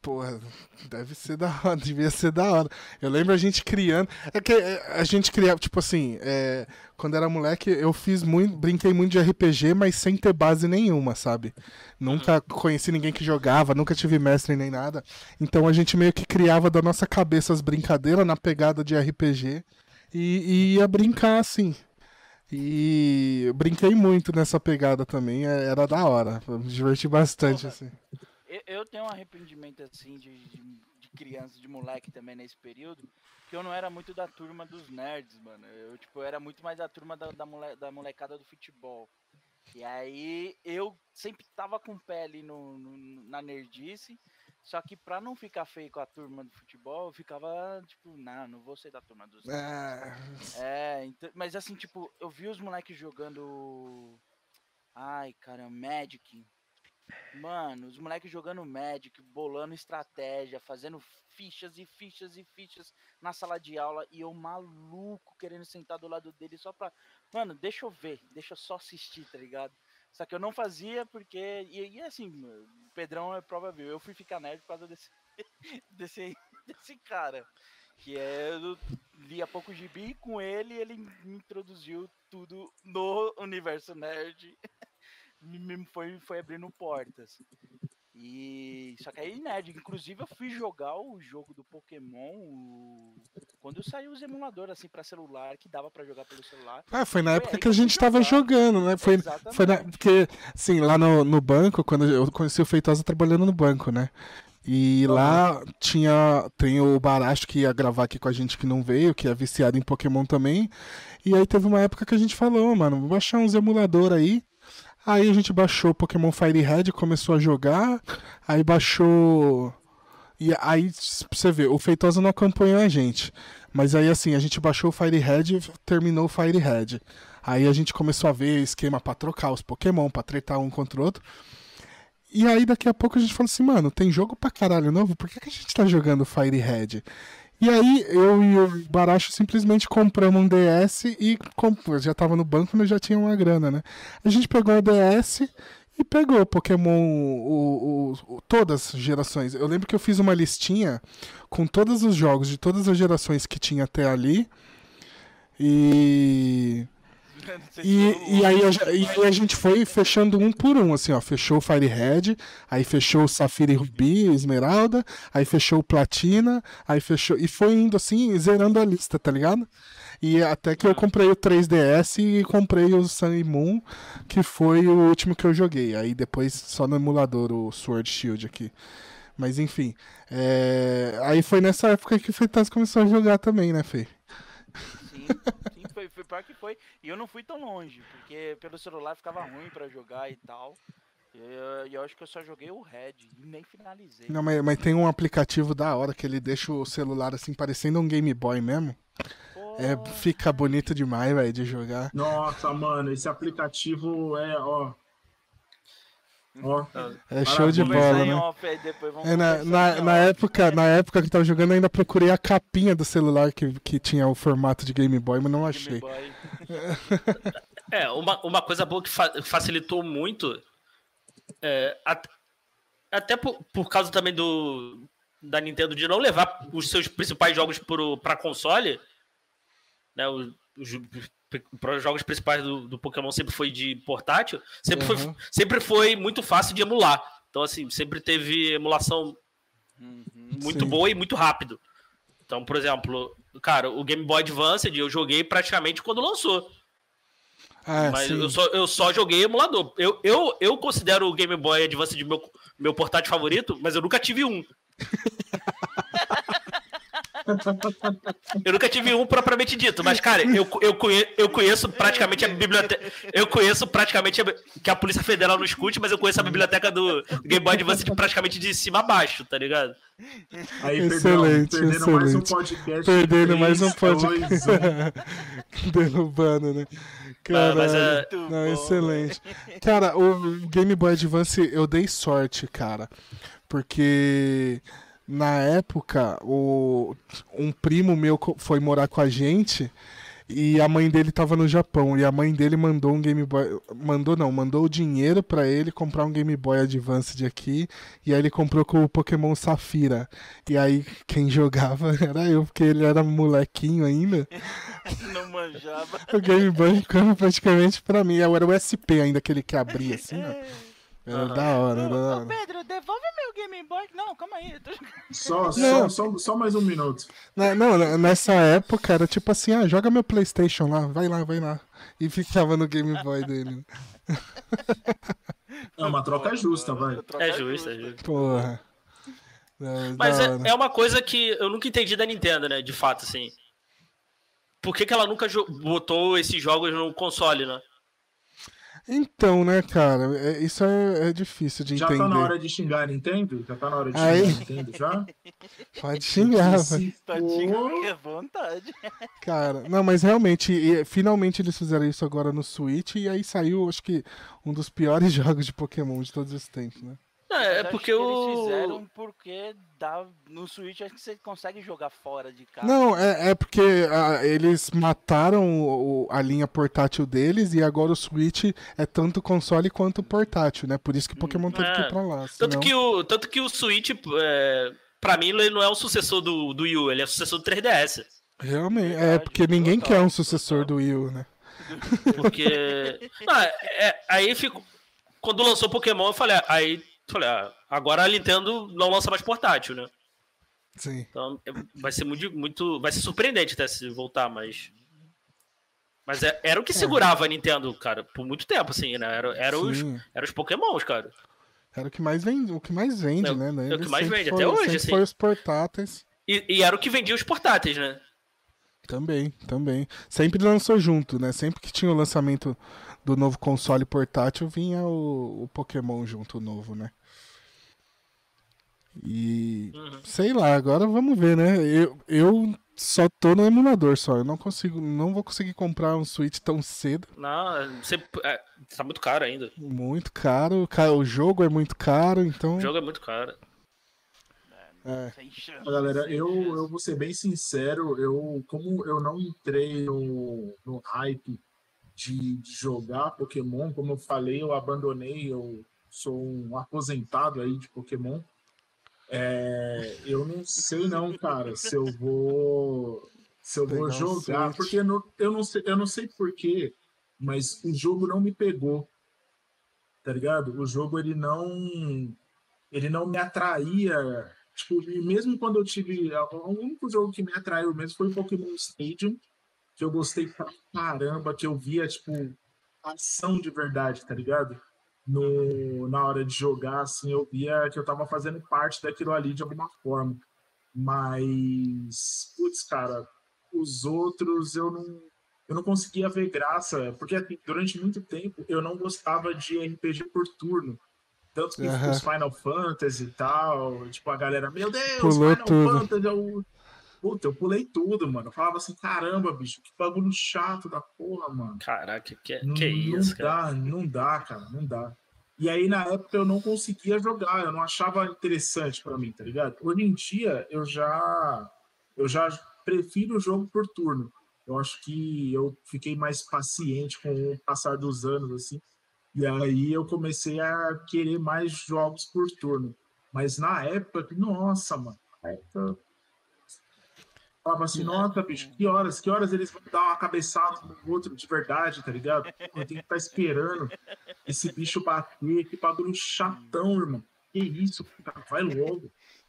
Porra, deve ser da hora, devia ser da hora. Eu lembro a gente criando. É que a gente criava, tipo assim, quando era moleque, eu fiz muito, brinquei muito de RPG, mas sem ter base nenhuma, sabe? Nunca conheci ninguém que jogava, nunca tive mestre nem nada. Então a gente meio que criava da nossa cabeça as brincadeiras na pegada de RPG e ia brincar assim. E eu brinquei muito nessa pegada também, era da hora. Eu me diverti bastante, assim. Eu tenho um arrependimento assim de criança, de moleque também nesse período, que eu não era muito da turma dos nerds, mano. Eu tipo, era muito mais da turma da molecada do futebol. E aí eu sempre tava com o pé ali na nerdice, só que pra não ficar feio com a turma do futebol, eu ficava tipo, não vou ser da turma dos nerds. Então, mas assim, tipo, eu vi os moleques jogando. Ai, cara, Magic. Mano, os moleques jogando Magic, bolando estratégia, fazendo fichas e fichas e fichas na sala de aula e eu maluco querendo sentar do lado dele só pra... Mano, deixa eu ver, deixa eu só assistir, tá ligado? Só que eu não fazia porque... E assim, o Pedrão é prova viu, eu fui ficar nerd por causa desse cara. Que eu lia pouco gibi com ele e ele me introduziu tudo no universo nerd. Foi abrindo portas. E só que aí, nerd, inclusive eu fui jogar o jogo do Pokémon quando saiu os emuladores assim para celular, que dava para jogar pelo celular. Foi na época que a gente tava jogando, né? Foi porque, assim, lá no banco, quando eu conheci o Feitosa trabalhando no banco, né? E lá tem o Baracho que ia gravar aqui com a gente que não veio, que é viciado em Pokémon também. E aí teve uma época que a gente falou, mano, vou baixar uns emuladores aí. Aí a gente baixou Pokémon Fire Red, começou a jogar, aí baixou... E aí, pra você ver, o Feitosa não acompanhou a gente. Mas aí, assim, a gente baixou o Fire Red e terminou o Fire Red. Aí a gente começou a ver esquema pra trocar os Pokémon, pra tretar um contra o outro. E aí, daqui a pouco, a gente falou assim, mano, tem jogo pra caralho novo, por que a gente tá jogando Fire Red? E aí, eu e o Baracho simplesmente compramos um DS e já tava no banco, mas já tinha uma grana, né? A gente pegou o DS e pegou Pokémon, todas as gerações. Eu lembro que eu fiz uma listinha com todos os jogos de todas as gerações que tinha até ali. E aí a gente foi fechando um por um, assim, ó. Fechou o Fire Red, aí fechou o Safira e Rubi, Esmeralda, aí fechou o Platina, aí fechou. E foi indo assim, zerando a lista, tá ligado? E até que eu comprei o 3DS e comprei o Sun e Moon, que foi o último que eu joguei. Aí depois só no emulador o Sword Shield aqui. Mas enfim. Aí foi nessa época que o Feitosa começou a jogar também, né, Fê? Sim, foi pior que foi. E eu não fui tão longe, porque pelo celular ficava ruim pra jogar e tal. E eu acho que eu só joguei o Red e nem finalizei. Não, mas tem um aplicativo da hora que ele deixa o celular assim parecendo um Game Boy mesmo. Fica bonito demais, velho, de jogar. Nossa, mano, esse aplicativo ó. É show de bola, né? Na época que tava jogando, eu ainda procurei a capinha do celular que tinha o formato de Game Boy, mas não achei. Uma coisa boa que facilitou muito, até por causa também da Nintendo de não levar os seus principais jogos para console, né? Os jogos principais do Pokémon sempre foi de portátil, sempre foi muito fácil de emular. Então, assim, sempre teve emulação muito boa e muito rápido. Então, por exemplo, cara, o Game Boy Advance eu joguei praticamente quando lançou. Mas eu só joguei emulador. Eu considero o Game Boy Advance de meu portátil favorito, mas eu nunca tive um. Eu nunca tive um propriamente dito, mas, cara, eu conheço praticamente a biblioteca. Eu conheço praticamente que a Polícia Federal não escute, mas eu conheço a biblioteca do Game Boy Advance praticamente de cima a baixo, tá ligado? Aí, excelente. Mais um podcast. Perdendo mais um podcast. Derrubando, né? Cara, excelente. Cara, o Game Boy Advance eu dei sorte, cara. Porque na época um primo meu foi morar com a gente E a mãe dele tava no Japão. E a mãe dele mandou um Game Boy. Mandou o dinheiro pra ele comprar um Game Boy Advanced aqui. E aí ele comprou com o Pokémon Safira. E aí quem jogava era eu, porque ele era molequinho ainda. Não manjava. O Game Boy ficava praticamente pra mim. Era o SP ainda, aquele que abria assim, ó. Era da hora, era da Ô, hora. Pedro, devolve meu Game Boy. Não, calma aí. Eu tô... Só mais um minuto. Não, nessa época era tipo assim, joga meu PlayStation lá, vai lá. E ficava no Game Boy dele. É uma troca justa, vai. É justo, é justo. Porra. Não, Mas da hora. é uma coisa que eu nunca entendi da Nintendo, né? De fato, assim. Por que ela nunca botou esses jogos no console, né? Então, né, cara, isso é difícil de Já entender. tá na hora de xingar a Nintendo? Já tá na hora de Aí. xingar a Nintendo, já? Pode xingar, Se velho. Tadinho, for- fique à vontade. Cara, não, mas realmente, finalmente eles fizeram isso agora no Switch e aí saiu, acho que, um dos piores jogos de Pokémon de todos os tempos, né? É Mas porque acho que eles o. fizeram porque no Switch acho que você consegue jogar fora de casa. Não, é porque eles mataram a linha portátil deles e agora o Switch é tanto console quanto portátil, né? Por isso que Pokémon teve que ir pra lá. Tanto senão- que o Switch, pra mim, ele não é o sucessor do Wii U, ele é o sucessor do 3DS. Realmente, Verdade, porque ninguém total, quer um sucessor total. do Wii U, né? Porque. Aí fico. Quando lançou Pokémon, eu falei, agora a Nintendo não lança mais portátil, né? Sim. Então vai ser muito. Vai ser surpreendente até se voltar, mas. Mas era o que segurava a Nintendo, cara, por muito tempo, assim, né? Era Sim. os Pokémons, cara. Era o que mais vende, É, né? é o que Eles mais sempre vende até hoje, sempre assim. foi os portáteis. E era o que vendia os portáteis, né? Também. Sempre lançou junto, né? Sempre que tinha o lançamento do novo console portátil, vinha o Pokémon junto, o novo, né? E sei lá, agora vamos ver, né? Eu só tô no emulador só. Eu não vou conseguir comprar um Switch tão cedo. Não, tá muito caro ainda. Muito caro. O jogo é muito caro, então. O jogo é muito caro. Sem chance. Galera, sem eu chance. vou ser bem sincero, como eu não entrei no hype de jogar Pokémon, como eu falei, eu abandonei, eu sou um aposentado aí de Pokémon. Eu não sei não, cara, se eu vou Pegar um jogar, Switch. porque eu não sei porquê, mas o jogo não me pegou, tá ligado? O jogo ele não me atraía. Tipo, e mesmo quando eu tive. O único jogo que me atraiu mesmo foi o Pokémon Stadium, que eu gostei pra caramba, que eu via, tipo, ação de verdade, tá ligado? Na hora de jogar, assim, eu via que eu tava fazendo parte daquilo ali de alguma forma. Mas, putz, cara, os outros eu não conseguia ver graça, porque assim, durante muito tempo eu não gostava de RPG por turno. Tanto que Aham. os Final Fantasy e tal, tipo, a galera, meu Deus, Pulou Final tudo. Fantasy é o. Puta, eu pulei tudo, mano. Eu falava assim, caramba, bicho, que bagulho chato da porra, mano. Caraca, Não, que isso, cara. não dá, cara, não dá. E aí, na época, eu não conseguia jogar, eu não achava interessante pra mim, tá ligado? Hoje em dia, eu já prefiro o jogo por turno. Eu acho que eu fiquei mais paciente com o passar dos anos, assim. E aí eu comecei a querer mais jogos por turno. Mas na época, nossa, mano. Na época, falava assim, nossa, bicho, que horas eles vão dar uma cabeçada no outro de verdade, tá ligado? Eu tenho que estar esperando esse bicho bater, que bagulho chatão, irmão. Que isso, cara, vai logo.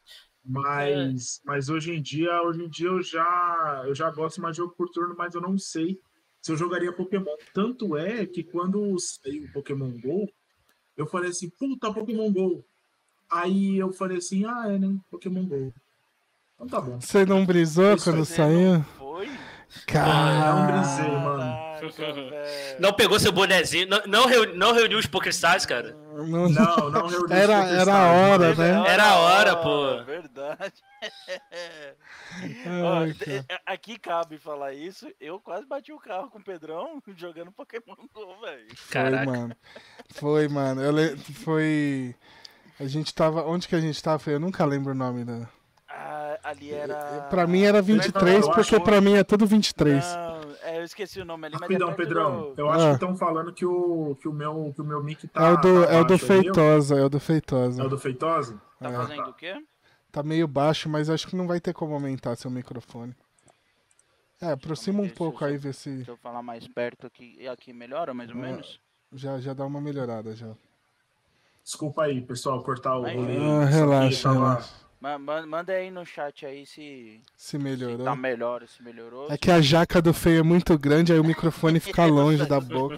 Mas hoje em dia eu já gosto mais de jogo por turno, mas eu não sei se eu jogaria Pokémon. Tanto é que quando saiu o Pokémon GO, eu falei assim, puta, Pokémon GO. Aí eu falei assim, né? Pokémon GO. Então tá bom. Você não brisou Isso quando aí. Você saiu? não foi? Não brisei, mano. Caraca, velho. Não pegou seu bonezinho, não reuniu os Pokéstars, cara. Não, Não reuniu os Era a Pokéstars, hora, mano. né? Era a hora, pô. Verdade. Ó, Ai, cara. aqui cabe falar isso. Eu quase bati o carro com o Pedrão jogando Pokémon GO, velho. Caraca. Foi, mano. Foi. A gente tava. Onde que a gente tava? Eu nunca lembro o nome da. ali era... Pra mim era 23, porque pra mim é tudo 23. Não, eu esqueci o nome ali, mas Rapidão, é perto Pedrão. do... Eu acho que estão falando que o meu mic tá. É o do baixo, Feitosa, é o do É Feitosa. o do Feitosa? Tá fazendo o quê? Tá meio baixo, mas acho que não vai ter como aumentar seu microfone. Aproxima um pouco aí, ver se Se eu falar mais perto aqui melhora, mais ou menos? já dá uma melhorada já. Desculpa aí, pessoal, cortar o Aí, rolê. Relaxa, Tava... relaxa. Manda aí no chat aí se melhorou. tá melhor, se melhorou. É que a jaca do feio é muito grande, aí o microfone fica longe da boca.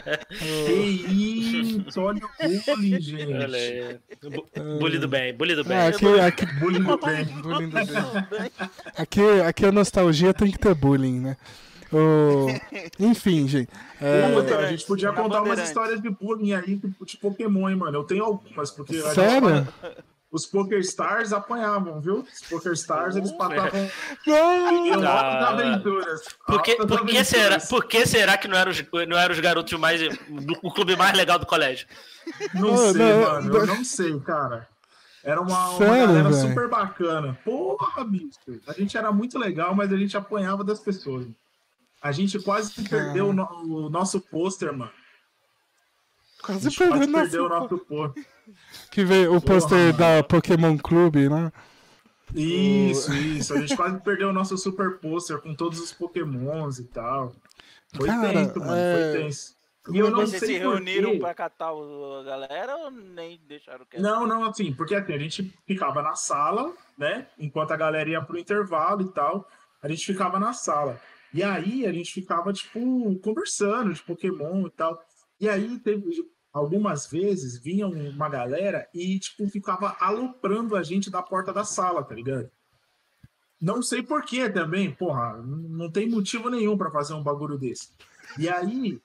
Que isso, olha o bullying, gente. Olha aí. Bullying do bem, bullying do bem. Aqui, Bullying do bem. bullying do bem. Aqui a nostalgia tem que ter bullying, né? Enfim, gente. Puta, a gente podia contar umas histórias de bullying aí, de Pokémon, hein, mano. Eu tenho algumas, porque... Sério? Os Pokerstars apanhavam, viu? Os Pokerstars, eles patavam... Não! Altas aventuras. Por que será que não eram os garotos mais... o clube mais legal do colégio? Não sei, mano. Eu não sei, cara. Era uma galera véio? Super bacana. Porra, bicho. A gente era muito legal, mas a gente apanhava das pessoas. A gente quase perdeu o nosso pôster, mano. Quase perdeu o nosso pôster. Que veio o pôster da Pokémon Clube, né? Isso. A gente quase perdeu o nosso super pôster com todos os Pokémons e tal. Foi tenso, mano. Foi tenso. E eu não sei se reuniram pra catar a galera ou nem deixaram quieto? Não, assim, porque assim, a gente ficava na sala, né? Enquanto a galera ia pro intervalo e tal, a gente ficava na sala. E aí a gente ficava, tipo, conversando de Pokémon e tal. E aí algumas vezes vinha uma galera e, tipo, ficava aloprando a gente da porta da sala, tá ligado? Não sei porquê também, porra, não tem motivo nenhum pra fazer um bagulho desse. E aí,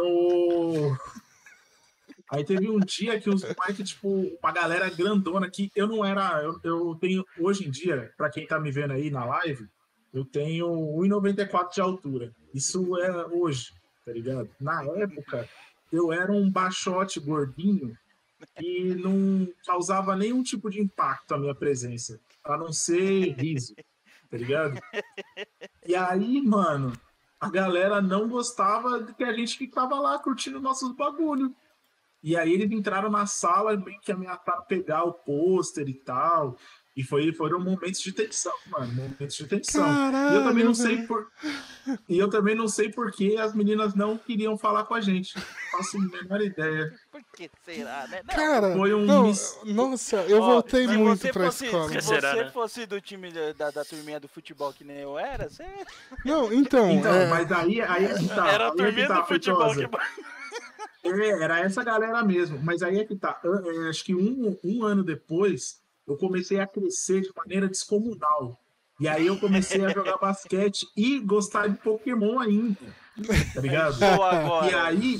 Aí teve um dia que os moleques, tipo, uma galera grandona que eu não era... Eu tenho, hoje em dia, pra quem tá me vendo aí na live, eu tenho 1,94 de altura. Isso é hoje, tá ligado? Na época, eu era um baixote gordinho e não causava nenhum tipo de impacto a minha presença, a não ser riso, tá ligado? E aí, mano, a galera não gostava de que a gente ficava lá curtindo nossos bagulhos. E aí eles entraram na sala meio que ameaçaram pegar o pôster e tal. E foram momentos de tensão, mano. Momentos de tensão. Caralho, e eu também não sei por que as meninas não queriam falar com a gente. Não faço a menor ideia. Por que será, né? Não. Cara, Foi nossa, eu voltei muito pra escola. Se você fosse do time da turminha do futebol que nem eu era, você... Não, então mas aí é que tá. Era a turminha do futebol que... Era essa galera mesmo. Mas aí é que tá. Acho que um ano depois... eu comecei a crescer de maneira descomunal. E aí eu comecei a jogar basquete e gostar de Pokémon ainda. Tá ligado? E aí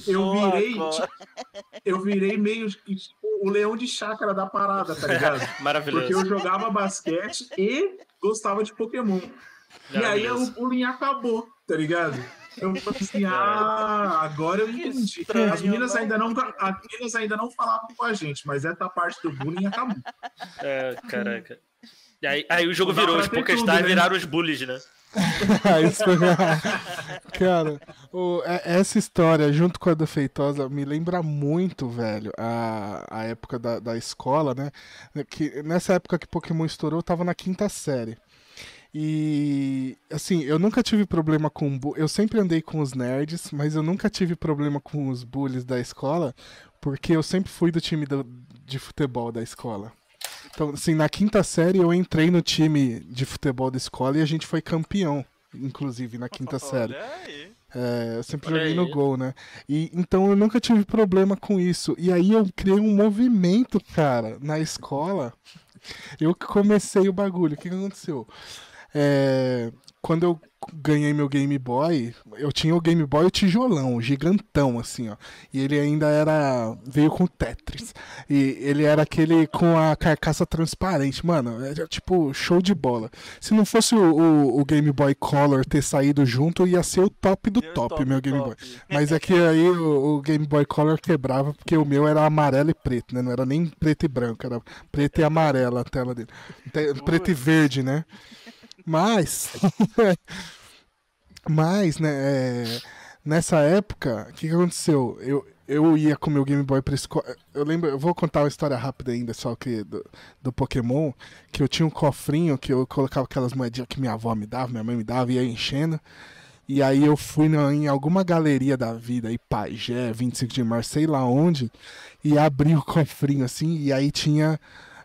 eu virei meio tipo, o leão de chácara da parada, tá ligado? Maravilhoso. Porque eu jogava basquete e gostava de Pokémon. E aí o bullying acabou, tá ligado? Eu falei assim, agora eu entendi. Estranho, as meninas ainda não falavam com a gente, mas essa parte do bullying acabou. Caraca. Aí o jogo virou, os Pokéstars viraram os bullies, né? Cara, essa história, junto com a do Feitosa, me lembra muito, velho, a época da escola, né? Que, nessa época que Pokémon estourou, eu tava na 5ª série. E, assim, eu nunca tive problema com... Eu sempre andei com os nerds, mas eu nunca tive problema com os bullies da escola, porque eu sempre fui do time de futebol da escola. Então, assim, na 5ª série eu entrei no time de futebol da escola e a gente foi campeão, inclusive, na 5ª série. Eu sempre joguei no gol, né? E, então eu nunca tive problema com isso. E aí eu criei um movimento, cara, na escola. Eu que comecei o bagulho. O que aconteceu? Quando eu ganhei meu Game Boy, eu tinha o Game Boy o tijolão, o gigantão, assim, ó. E ele ainda veio com Tetris. E ele era aquele com a carcaça transparente. Mano, era tipo show de bola. Se não fosse o Game Boy Color ter saído junto, ia ser o top do top, meu Game Boy. Mas é que aí o Game Boy Color quebrava, porque o meu era amarelo e preto, né? Não era nem preto e branco, era preto e amarelo a tela dele. Preto e verde, né? Mas, né, nessa época, o que aconteceu? Eu ia com o meu Game Boy pra escola. Eu lembro, eu vou contar uma história rápida ainda, só que do Pokémon, que eu tinha um cofrinho que eu colocava aquelas moedinhas que minha avó me dava, minha mãe me dava, e ia enchendo. E aí eu fui em alguma galeria da vida, aí Pajé, 25 de março, sei lá onde, e abri o cofrinho assim, e aí tinha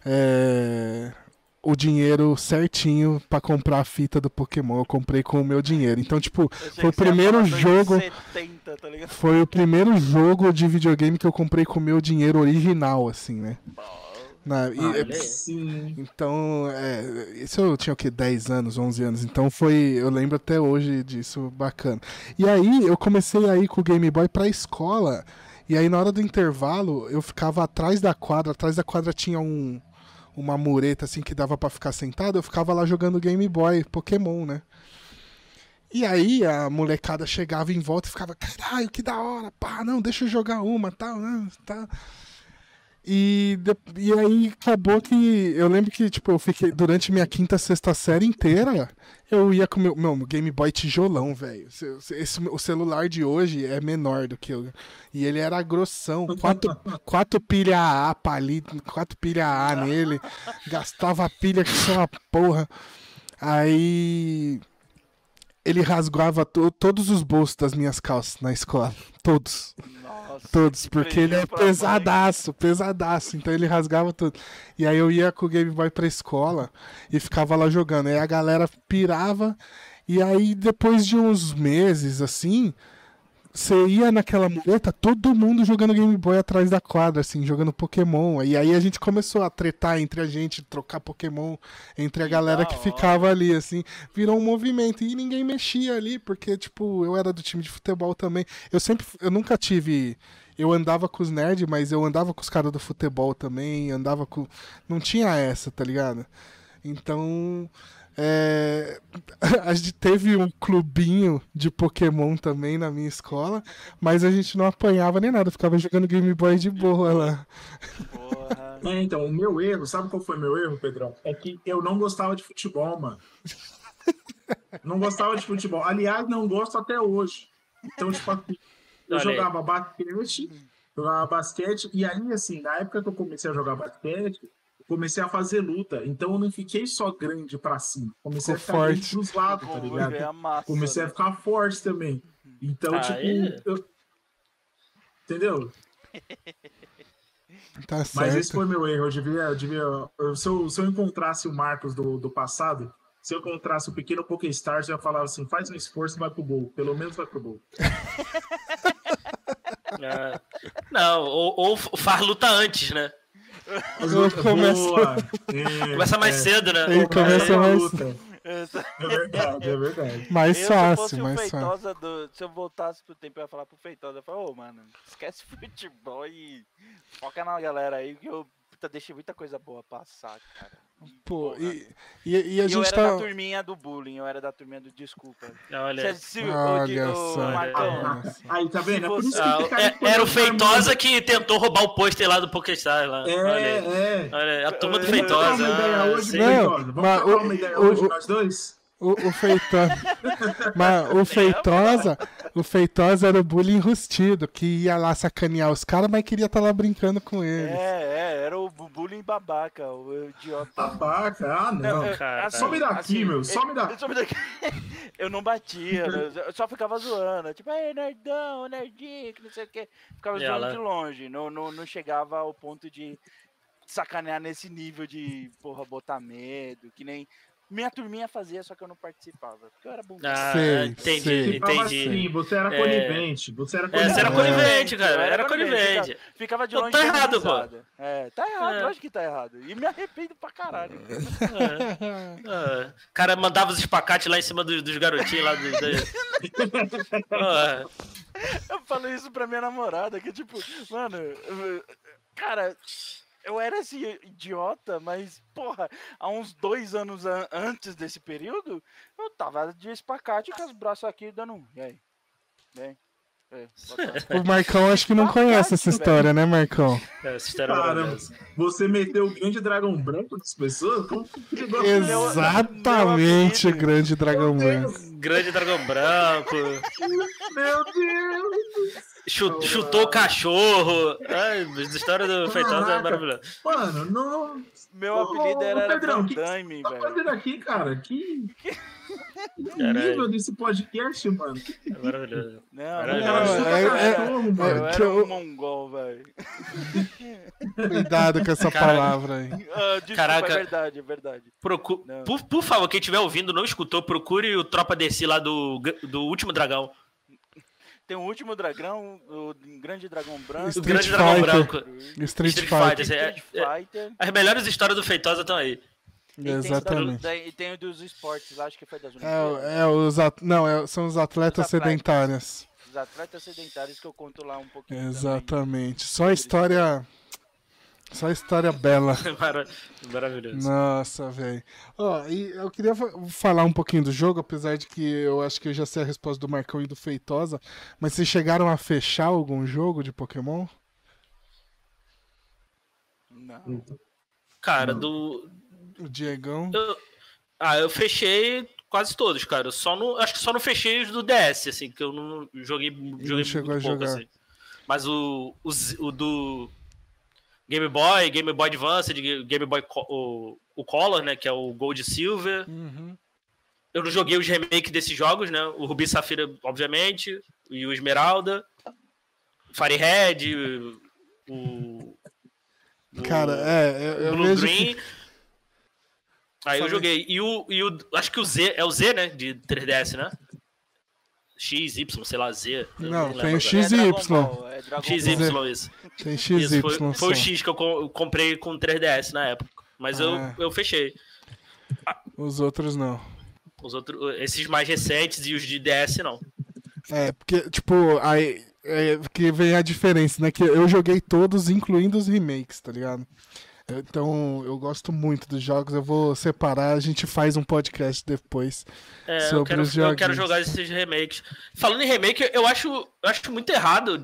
o dinheiro certinho pra comprar a fita do Pokémon. Eu comprei com o meu dinheiro. Então, tipo, foi o primeiro jogo. 70, tá ligado? Foi o primeiro jogo de videogame que eu comprei com o meu dinheiro original, assim, né? Então, isso eu tinha o quê? 10 anos, 11 anos. Então eu lembro até hoje disso, bacana. E aí eu comecei a ir com o Game Boy pra escola. E aí na hora do intervalo eu ficava atrás da quadra. Atrás da quadra tinha uma mureta assim que dava pra ficar sentado. Eu ficava lá jogando Game Boy, Pokémon, né? E aí a molecada chegava em volta e ficava, caralho, que da hora, pá, não, deixa eu jogar uma, tal, tá. E aí acabou que eu lembro que tipo, eu fiquei durante minha quinta, sexta série inteira, eu ia com meu Game Boy tijolão, velho. O celular de hoje é menor do que eu. E ele era grossão, quatro pilha AA palito, 4 pilha AA nele, gastava a pilha que só uma porra. Aí ele rasgava todos os bolsos das minhas calças na escola, todos. Todos, porque ele é pesadaço. Então ele rasgava tudo. E aí eu ia com o Game Boy pra escola e ficava lá jogando. Aí a galera pirava. E aí depois de uns meses, assim, você ia naquela muleta, todo mundo jogando Game Boy atrás da quadra, assim, jogando Pokémon. E aí a gente começou a tretar entre a gente, trocar Pokémon entre a galera que ficava ali, assim. Virou um movimento. E ninguém mexia ali, porque, tipo, eu era do time de futebol também. Eu nunca tive... Eu andava com os nerds, mas eu andava com os caras do futebol também, andava com... Não tinha essa, tá ligado? Então... a gente teve um clubinho de Pokémon também na minha escola, mas a gente não apanhava nem nada, ficava jogando Game Boy de boa lá. Porra. Então, o meu erro, sabe qual foi o meu erro, Pedrão? É que eu não gostava de futebol, mano. Não gostava de futebol. Aliás, não gosto até hoje. Então, tipo, eu jogava basquete, e aí, assim, na época que eu comecei a jogar basquete, comecei a fazer luta, então eu não fiquei só grande pra cima, comecei a ficar forte pros lados, tá ligado? Comecei a ficar forte também. Então, entendeu? Tá certo. Mas esse foi meu erro. Se eu encontrasse o Marcos do passado, se eu encontrasse o pequeno Pokéstars, eu ia falar assim: faz um esforço e vai pro gol. Pelo menos vai pro gol. Não, ou faz luta antes, né? Começa mais cedo, né? Ele começa mais cedo. É verdade. Mais fácil, se eu voltasse pro tempo, eu ia falar pro Feitosa, eu ia falar, mano, esquece futebol e foca na galera aí, que eu deixei muita coisa boa passar, cara. Pô, e a gente eu era da turminha do bullying, eu era da turminha do desculpa. Olha só. Aí, tá vendo? Era o Feitosa que tentou roubar o pôster lá do Pokéstars lá. Olha, a turma do Feitosa. Vamos trocar uma ideia hoje, nós dois? O Feitosa era o bullying enrustido, que ia lá sacanear os caras, mas queria estar lá brincando com eles. Era o bullying babaca, o idiota. Babaca? Não, cara. Some daqui, meu, some daqui. Eu não batia, eu só ficava zoando, tipo, aí, nerdão, nerdinho, que não sei o que. Ficava zoando de longe, não chegava ao ponto de sacanear nesse nível de, porra, botar medo, que nem... minha turminha fazia, só que eu não participava. Porque eu era bom. Sei, entendi. Assim, você era conivente. Você era Você era conivente, cara. Era conivente. Ficava de longe. Tá errado, pô. Tá errado, lógico que tá errado. E me arrependo pra caralho. O cara mandava os espacates lá em cima dos garotinhos lá. Eu falo isso pra minha namorada, que tipo, mano, cara, eu era esse idiota, mas, porra, há uns 2 anos antes desse período, eu tava de espacate com os braços aqui dando um. E aí? Vem. O Marcão acho que não conhece essa história, né, Marcão? Essa história é maravilhosa. Você meteu o grande dragão branco das pessoas? Como que Exatamente, o grande dragão branco. Grande dragão branco. Meu Deus! Chutou o cachorro. Ai, a história do Feitosa é maravilhosa. Mano, não. Meu apelido era Pedrão, Van o que Damme, você tá fazendo aqui, cara? Que nível desse podcast, mano? É maravilhoso. Não, eu era um mongol, velho. Cuidado com essa palavra aí. Desculpa, Caraca. É verdade. Por favor, quem estiver ouvindo, não escutou, procure o Tropa DC lá do Último Dragão. Tem o Último Dragão, o Grande Dragão Branco. O Grande Dragão Branco. Street Fighter. As melhores histórias do Feitosa estão aí. Exatamente. E tem o dos esportes, acho que foi das Olimpíadas. São os atletas sedentários. Os atletas sedentários que eu conto lá um pouquinho. Exatamente. Só história bela. Maravilhoso. Nossa, velho. E eu queria falar um pouquinho do jogo, apesar de que eu acho que eu já sei a resposta do Marcão e do Feitosa, mas vocês chegaram a fechar algum jogo de Pokémon? Não. Cara, O Diegão? Eu fechei quase todos, cara. Acho que só não fechei os do DS, assim, que eu não joguei Não chegou a jogar. assim. Mas o do Game Boy Advance, Game Boy o Color, né, que é o Gold e Silver. Uhum. Eu não joguei os remakes desses jogos, né? O Ruby e Safira, obviamente, e o Esmeralda, Fire Red, Cara, eu Blue vejo Green. que... Aí eu joguei. E o acho que o Z, é o Z, né? De 3DS, né? X, Y, sei lá, Z. Não, tem o X e Y. XY, isso. Tem X e Y. Foi o X que eu comprei com 3DS na época. Mas eu fechei. Os outros não. Esses mais recentes e os de DS não. Porque, tipo, aí que vem a diferença, né? Que eu joguei todos, incluindo os remakes, tá ligado? Então, eu gosto muito dos jogos. Eu vou separar, a gente faz um podcast depois sobre os jogos. Eu quero jogar esses remakes. Falando em remake, eu acho muito errado.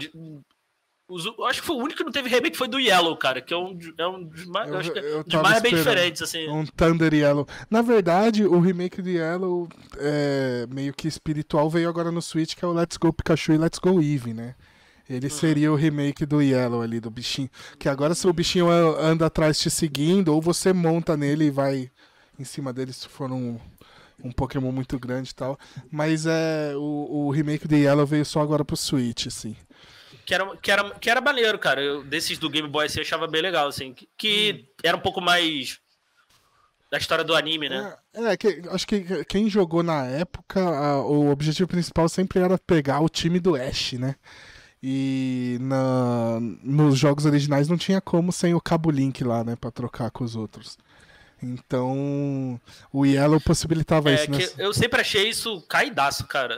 Eu acho que foi o único que não teve remake, foi do Yellow, cara, que é um dos mais, dos mais bem diferentes, assim. Um Thunder Yellow. Na verdade, o remake do Yellow, meio que espiritual, veio agora no Switch, que é o Let's Go Pikachu e Let's Go Eevee, né? Ele seria o remake do Yellow ali, do bichinho. Que agora se o bichinho anda atrás te seguindo, ou você monta nele e vai em cima dele se for um Pokémon muito grande e tal. Mas o remake do Yellow veio só agora pro Switch, assim. Que era maneiro, cara. Desses do Game Boy assim, eu achava bem legal, assim. Que era um pouco mais da história do anime, né? Acho que quem jogou na época, o objetivo principal sempre era pegar o time do Ash, né? E nos jogos originais não tinha como sem o cabo Link lá, né? Pra trocar com os outros. Então, o Yellow possibilitava isso, né? Eu sempre achei isso caidaço, cara.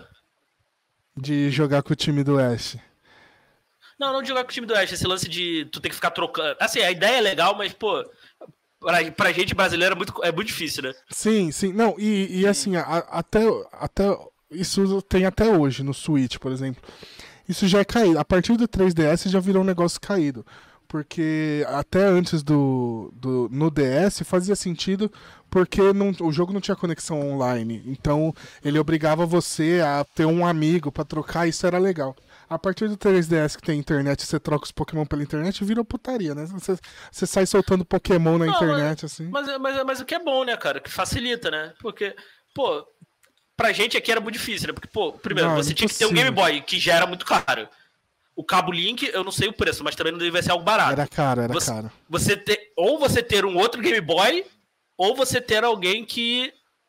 De jogar com o time do Ash. Não de jogar com o time do Ash. Esse lance de tu ter que ficar trocando. Assim, a ideia é legal, mas, pô, pra gente brasileira é muito difícil, né? Sim. Não, e assim, até isso tem até hoje no Switch, por exemplo. Isso já é caído. A partir do 3DS já virou um negócio caído. Porque até antes no DS fazia sentido porque o jogo não tinha conexão online. Então ele obrigava você a ter um amigo pra trocar, isso era legal. A partir do 3DS que tem internet, você troca os Pokémon pela internet, virou putaria, né? Você sai soltando Pokémon na internet, assim. Mas o que é bom, né, cara? Que facilita, né? Porque, pô, pra gente aqui era muito difícil, né? Porque, pô, primeiro, você tinha que ter um Game Boy, que já era muito caro. O cabo Link, eu não sei o preço, mas também não devia ser algo barato. Era caro. Ou você ter um outro Game Boy, ou você ter alguém que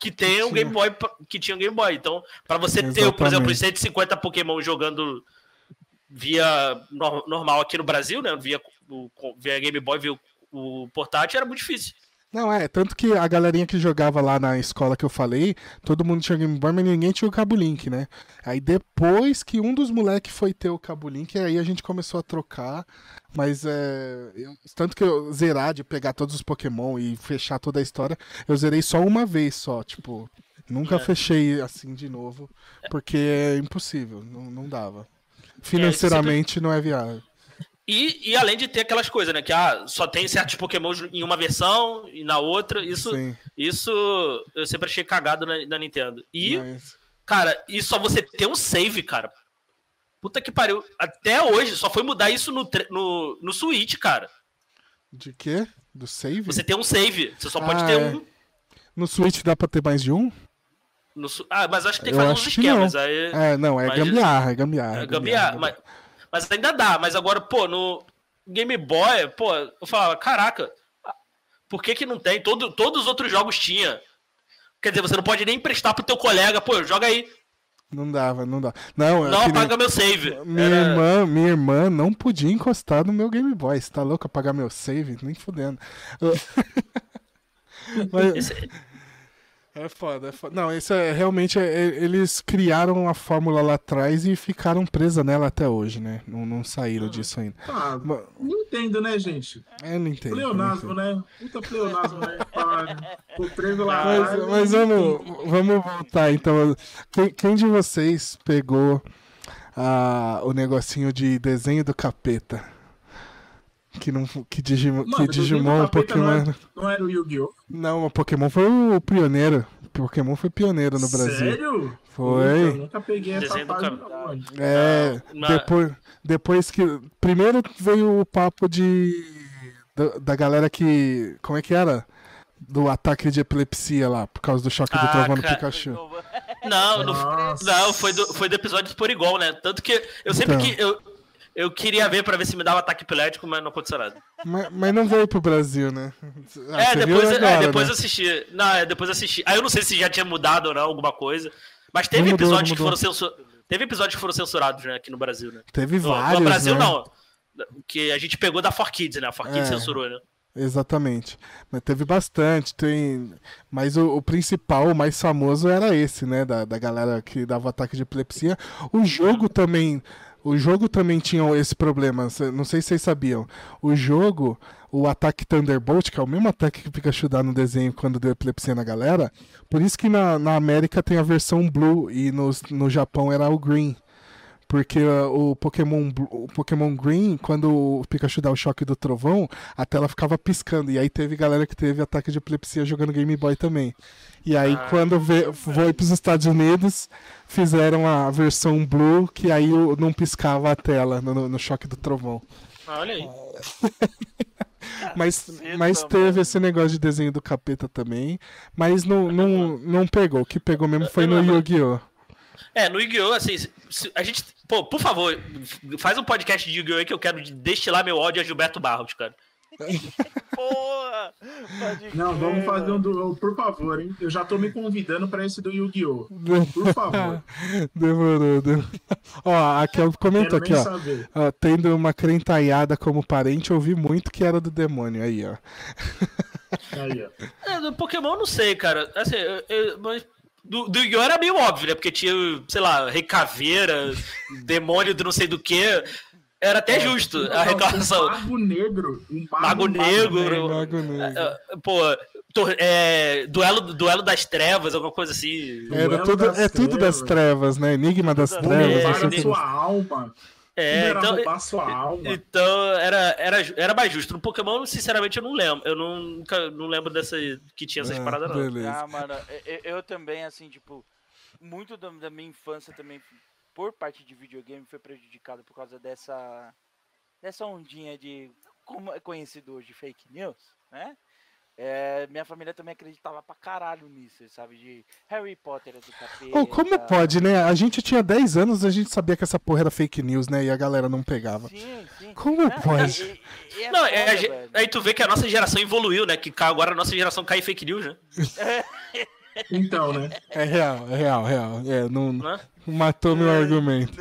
que tem um Game Boy, que tinha um Game Boy. Então, pra você ter, por exemplo, os 150 Pokémon jogando via normal aqui no Brasil, né? Via Game Boy, via o portátil, era muito difícil. Não, tanto que a galerinha que jogava lá na escola que eu falei, todo mundo tinha Game Boy, mas ninguém tinha o Cabo Link, né? Aí depois que um dos moleques foi ter o Cabo Link, aí a gente começou a trocar, mas tanto que eu zerar de pegar todos os Pokémon e fechar toda a história, eu zerei só uma vez só, tipo, nunca fechei assim de novo, porque é impossível, não dava. Financeiramente não é viável. E além de ter aquelas coisas, né? Que só tem certos Pokémon em uma versão e na outra. Isso eu sempre achei cagado na Nintendo. Cara, e só você ter um save, cara. Puta que pariu. Até hoje, só foi mudar isso no Switch, cara. De quê? Do save? Você tem um save. Você só pode ter um. No Switch dá pra ter mais de um? Mas acho que tem que fazer uns esquemas. Aí, gambiarra. É gambiarra. Mas ainda dá, mas agora, pô, no Game Boy, pô, eu falava, caraca, por que não tem? Todos os outros jogos tinha. Quer dizer, você não pode nem emprestar pro teu colega, pô, joga aí. Não dava. Não apaga meu save. Minha irmã não podia encostar no meu Game Boy. Você tá louco apagar meu save? Nem fudendo. Mas... É foda. Não, isso realmente eles criaram uma fórmula lá atrás e ficaram presa nela até hoje, né? Não saíram disso ainda. Não entendo, né, gente? Não entendo. Pleonasmo, né? Puta pleonasmo, né? Tô preso lá. Mas vamos voltar, então. Quem de vocês pegou o negocinho de desenho do capeta? Que Digimon, Pokémon... Não era o Yu-Gi-Oh? Não, o Pokémon foi o pioneiro. O Pokémon foi pioneiro no Brasil. Sério? Foi. Eu nunca peguei essa página. Depois que... Primeiro veio o papo da galera que... Como é que era? Do ataque de epilepsia lá, por causa do choque do trovão no Pikachu. Não, foi do episódio do Porygon, né? Tanto que eu sempre eu queria ver pra ver se me dava ataque epilético, mas não aconteceu nada. Mas não veio pro Brasil, né? Depois eu assisti. Depois assisti. Aí eu não sei se já tinha mudado ou não, alguma coisa. Mas teve episódios que foram censurados. Teve episódios que foram censurados, né, aqui no Brasil, né? Teve vários, no Brasil, né? Não. Que a gente pegou da 4Kids, né? A 4Kids censurou, né? Exatamente. Mas teve bastante. Mas o principal, o mais famoso era esse, né? Da galera que dava ataque de epilepsia. O jogo também tinha esse problema, não sei se vocês sabiam. O jogo, o ataque Thunderbolt, que é o mesmo ataque que o Pikachu dá no desenho quando deu epilepsia na galera, por isso que na América tem a versão Blue e no Japão era o Green. Porque o Pokémon Green, quando o Pikachu dá o choque do trovão, a tela ficava piscando. E aí teve galera que teve ataque de epilepsia jogando Game Boy também. E aí quando foi para os Estados Unidos, fizeram a versão Blue, que aí não piscava a tela no choque do trovão. Olha aí. Mas teve esse negócio de desenho do capeta também. Mas não pegou. O que pegou mesmo foi no Yu-Gi-Oh! No Yu-Gi-Oh! Assim, a gente... Pô, por favor, faz um podcast de Yu-Gi-Oh! Aí que eu quero destilar meu ódio a Gilberto Barros, cara. Porra! Não, vamos fazer por favor, hein? Eu já tô me convidando pra esse do Yu-Gi-Oh! Por favor. Demorou. Ó, aqui eu comento aqui, ó. Tendo uma crentalhada como parente, eu ouvi muito que era do demônio. Aí, ó. Do Pokémon eu não sei, cara. Assim, mas... Do Yu-Gi-Oh! Era meio óbvio, né? Porque tinha, sei lá, Rei Caveira, demônio do não sei do que. Era até justo a reclamação. Mago Negro. Mago Negro. Pô, duelo das trevas, alguma coisa assim. Tudo das trevas, né? Enigma das trevas. Roubar sua alma. Então era mais justo. No Pokémon, sinceramente, eu não lembro. Eu não lembro que tinha essas paradas, não. Beleza. Mano, eu também, assim, tipo, muito da minha infância também, por parte de videogame, foi prejudicado por causa dessa ondinha de, como é conhecido hoje, fake news, né? Minha família também acreditava pra caralho nisso, sabe? De Harry Potter do capeta. Como pode, né? A gente tinha 10 anos, a gente sabia que essa porra era fake news, né? E a galera não pegava. Sim. Como pode? Aí tu vê que a nossa geração evoluiu, né? Que agora a nossa geração cai em fake news, né? Então, né? É real. É, não Né? matou meu argumento.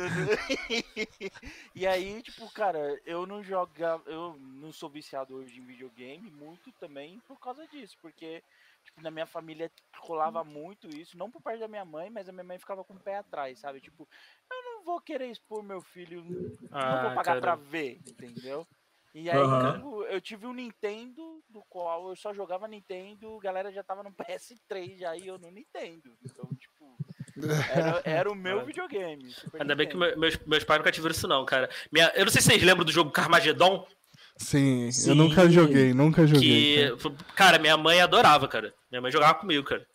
E aí, tipo, cara, eu não sou viciado hoje em videogame, muito também por causa disso, porque tipo, na minha família rolava muito isso, não por parte da minha mãe, mas a minha mãe ficava com o pé atrás, sabe? Tipo, eu não vou querer expor meu filho, não vou pagar pra ver, entendeu? E aí, tipo, eu tive um Nintendo, do qual eu só jogava Nintendo, a galera já tava no PS3 já, e eu no Nintendo. Então, tipo, era o meu videogame. Ainda bem que meus pais nunca tiveram isso não, cara. Eu não sei se vocês lembram do jogo Carmageddon. Sim, eu nunca joguei. Cara, minha mãe adorava, cara. Minha mãe jogava comigo, cara.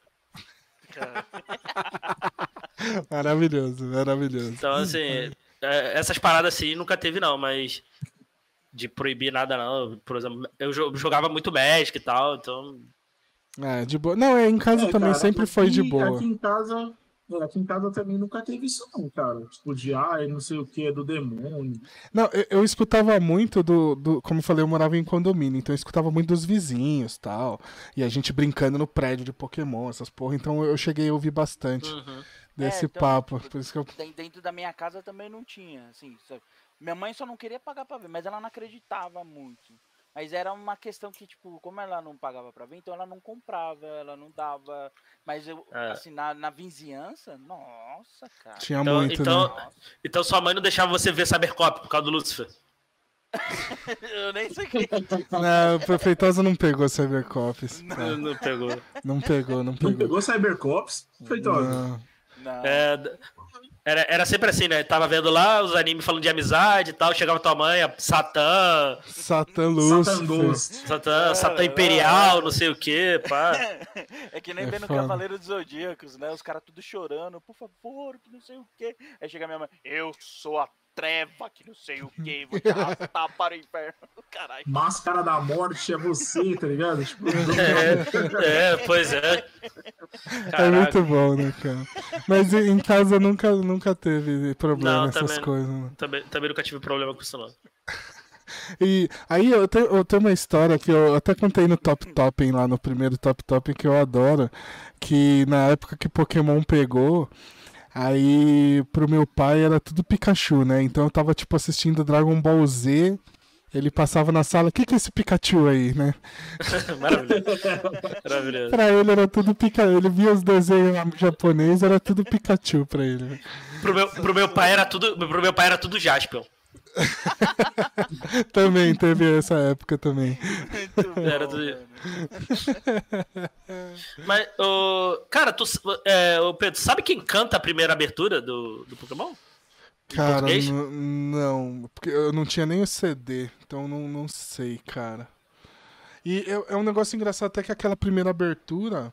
Maravilhoso. Então, assim, essas paradas assim nunca teve não, mas de proibir nada não. Por exemplo, eu jogava muito Magic e tal, então... de boa. Não, em casa também cara, sempre foi de boa. Aqui em casa também nunca teve isso não, cara. Tipo, de, não sei o que, é do demônio. Não, eu escutava muito como eu falei, eu morava em condomínio, então eu escutava muito dos vizinhos e tal. E a gente brincando no prédio de Pokémon, essas porra. Então eu cheguei a ouvir bastante desse então, papo. Por isso que eu... Dentro da minha casa também não tinha, assim. Minha mãe só não queria pagar pra ver, mas ela não acreditava muito. Mas era uma questão que, tipo, como ela não pagava pra ver, então ela não comprava, ela não dava. Mas eu, assim, na vizinhança, nossa, cara. Tinha muito, né? Então sua mãe não deixava você ver Cybercop por causa do Lucifer? Eu nem sei o que. Não, o Feitosa não pegou Cybercops. Não pegou. Não pegou. Não pegou Cybercops, Feitosa? Não. Era sempre assim, né? Tava vendo lá os animes falando de amizade e tal, chegava tua mãe, Satã Imperial, não sei o que, pá. É que nem vendo Cavaleiro dos Zodíacos, né? Os caras tudo chorando, por favor, que não sei o que. Aí chega minha mãe, eu sou a treva, que não sei o que, vou te arrastar para o inferno. Caralho. Máscara da morte é você, tá ligado? Tipo, pois é. Caraca. É muito bom, né, cara? Mas em casa nunca teve problema nessas coisas. Né? Também nunca tive problema com isso, não. E aí eu tenho uma história que eu até contei no Top Topping, lá no primeiro Top Topping, que eu adoro, que na época que Pokémon pegou, aí pro meu pai era tudo Pikachu, né? Então eu tava tipo assistindo Dragon Ball Z, ele passava na sala, o que é esse Pikachu aí, né? Maravilhoso. Pra ele era tudo Pikachu, ele via os desenhos japoneses, era tudo Pikachu pra ele. Pro meu pai era tudo Jaspion. Também teve essa época também. Muito bom, era tudo... Mas, cara, Pedro, sabe quem canta a primeira abertura do Pokémon? Cara, não, porque eu não tinha nem o CD, então não sei, cara. E é um negócio engraçado até que aquela primeira abertura,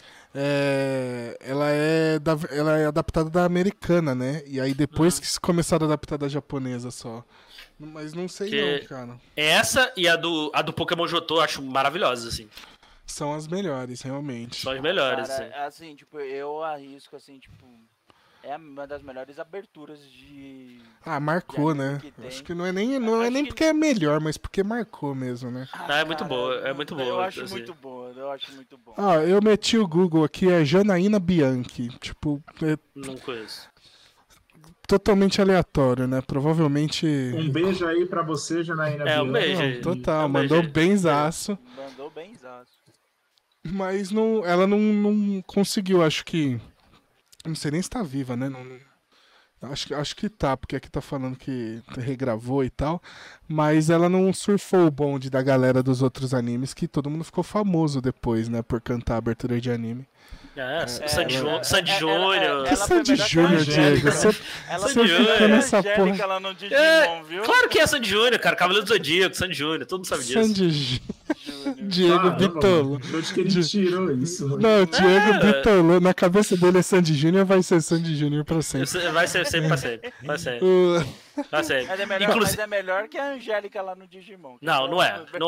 ela é adaptada da americana, né? E aí depois que começaram a adaptar da japonesa só. Mas não sei não, cara. Essa e a do Pokémon Johto eu acho maravilhosas, assim. São as melhores, realmente. São as melhores, cara, assim, tipo, eu arrisco, assim, tipo... É uma das melhores aberturas de... marcou, né? Acho que não é nem porque é melhor, mas porque marcou mesmo, né? É muito boa, é muito boa. Eu acho muito boa, eu meti o Google aqui, é Janaína Bianchi. Tipo... Não conheço. Totalmente aleatório, né? Provavelmente... Um beijo aí pra você, Janaína Bianchi. Um beijo aí. Total, mandou benzaço. Mandou benzaço. Mas ela não conseguiu, acho que... Não sei nem se tá viva, né? Acho que tá, porque aqui tá falando que regravou e tal. Mas ela não surfou o bonde da galera dos outros animes, que todo mundo ficou famoso depois, né? Por cantar abertura de anime. Sandy Júnior. Que Sandy Júnior, Diego? Você fica nessa porra. Lá no Digimon, viu? Claro que é Sandy Júnior, cara. Cavaleiro do Zodíaco, Sandy Júnior. Todo mundo sabe disso. Sandy Júnior. Diego Bitolo. Onde que ele tirou isso? Não, Diego Bitolo. Na cabeça dele é Sandy Júnior, vai ser Sandy Júnior pra sempre. Vai ser sempre pra sempre. Mas é melhor que a Angélica lá no Digimon. Não é. Não.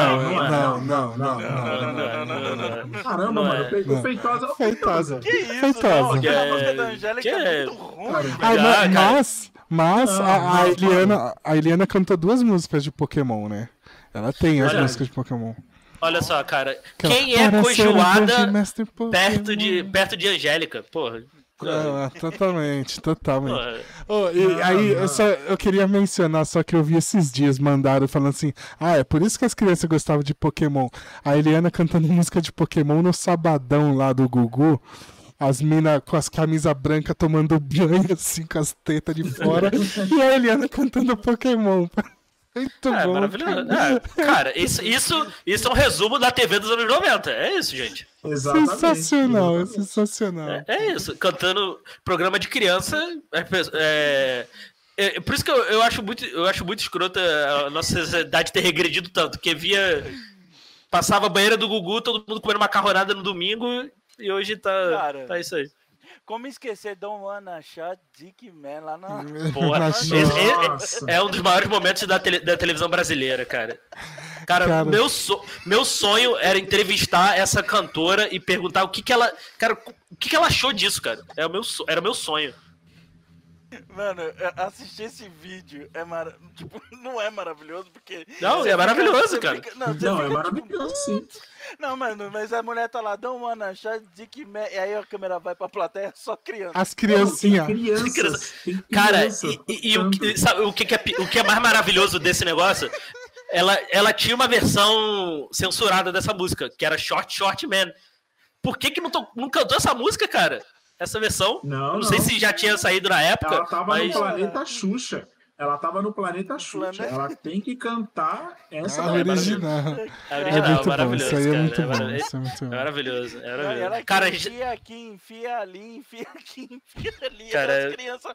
Caramba, mano. Pegou Feitosa. Que isso? Feitosa. A música da Angélica é muito ruim. Mas a Eliana cantou 2 músicas de Pokémon, né? Ela tem as músicas de Pokémon. Olha só, cara. Quem é Cojoada perto de Angélica? Porra. Totalmente. Eu queria mencionar, só que eu vi esses dias, mandaram falando assim, é por isso que as crianças gostavam de Pokémon. A Eliana cantando música de Pokémon no sabadão lá do Gugu, as minas com as camisas brancas tomando banho assim, com as tetas de fora, e a Eliana cantando Pokémon. Muito bom. Maravilhoso. Cara, isso é um resumo da TV dos anos 90. É isso, gente. Exatamente. Sensacional. É isso. Cantando programa de criança. Por isso que eu acho muito escrota a nossa sociedade ter regredido tanto. Que passava a banheira do Gugu, todo mundo comendo macarronada no domingo. E hoje tá isso aí. Como esquecer Don't Wanna Shot Dick Man lá na... Porra, é um dos maiores momentos da televisão brasileira, cara. Cara, meu sonho era entrevistar essa cantora e perguntar o que ela achou disso, cara. Era o meu sonho. Mano, assistir esse vídeo não é maravilhoso, porque... Não, é maravilhoso, cara. É maravilhoso, sim. Não, mano, mas a mulher tá lá, Don't Wanna achar de que... E aí a câmera vai pra plateia, só criança. As criancinhas. Cara, sabe o que é mais maravilhoso desse negócio? Ela tinha uma versão censurada dessa música, que era Short Man. Por que não cantou essa música, cara? Essa versão. Não sei se já tinha saído na época. Ela tava no Planeta Xuxa. Ela tem que cantar essa original. Maravilhoso. Isso aí é muito bom. É maravilhoso. Ela cara, enfia aqui, enfia ali, enfia aqui, enfia ali. Cara, as crianças.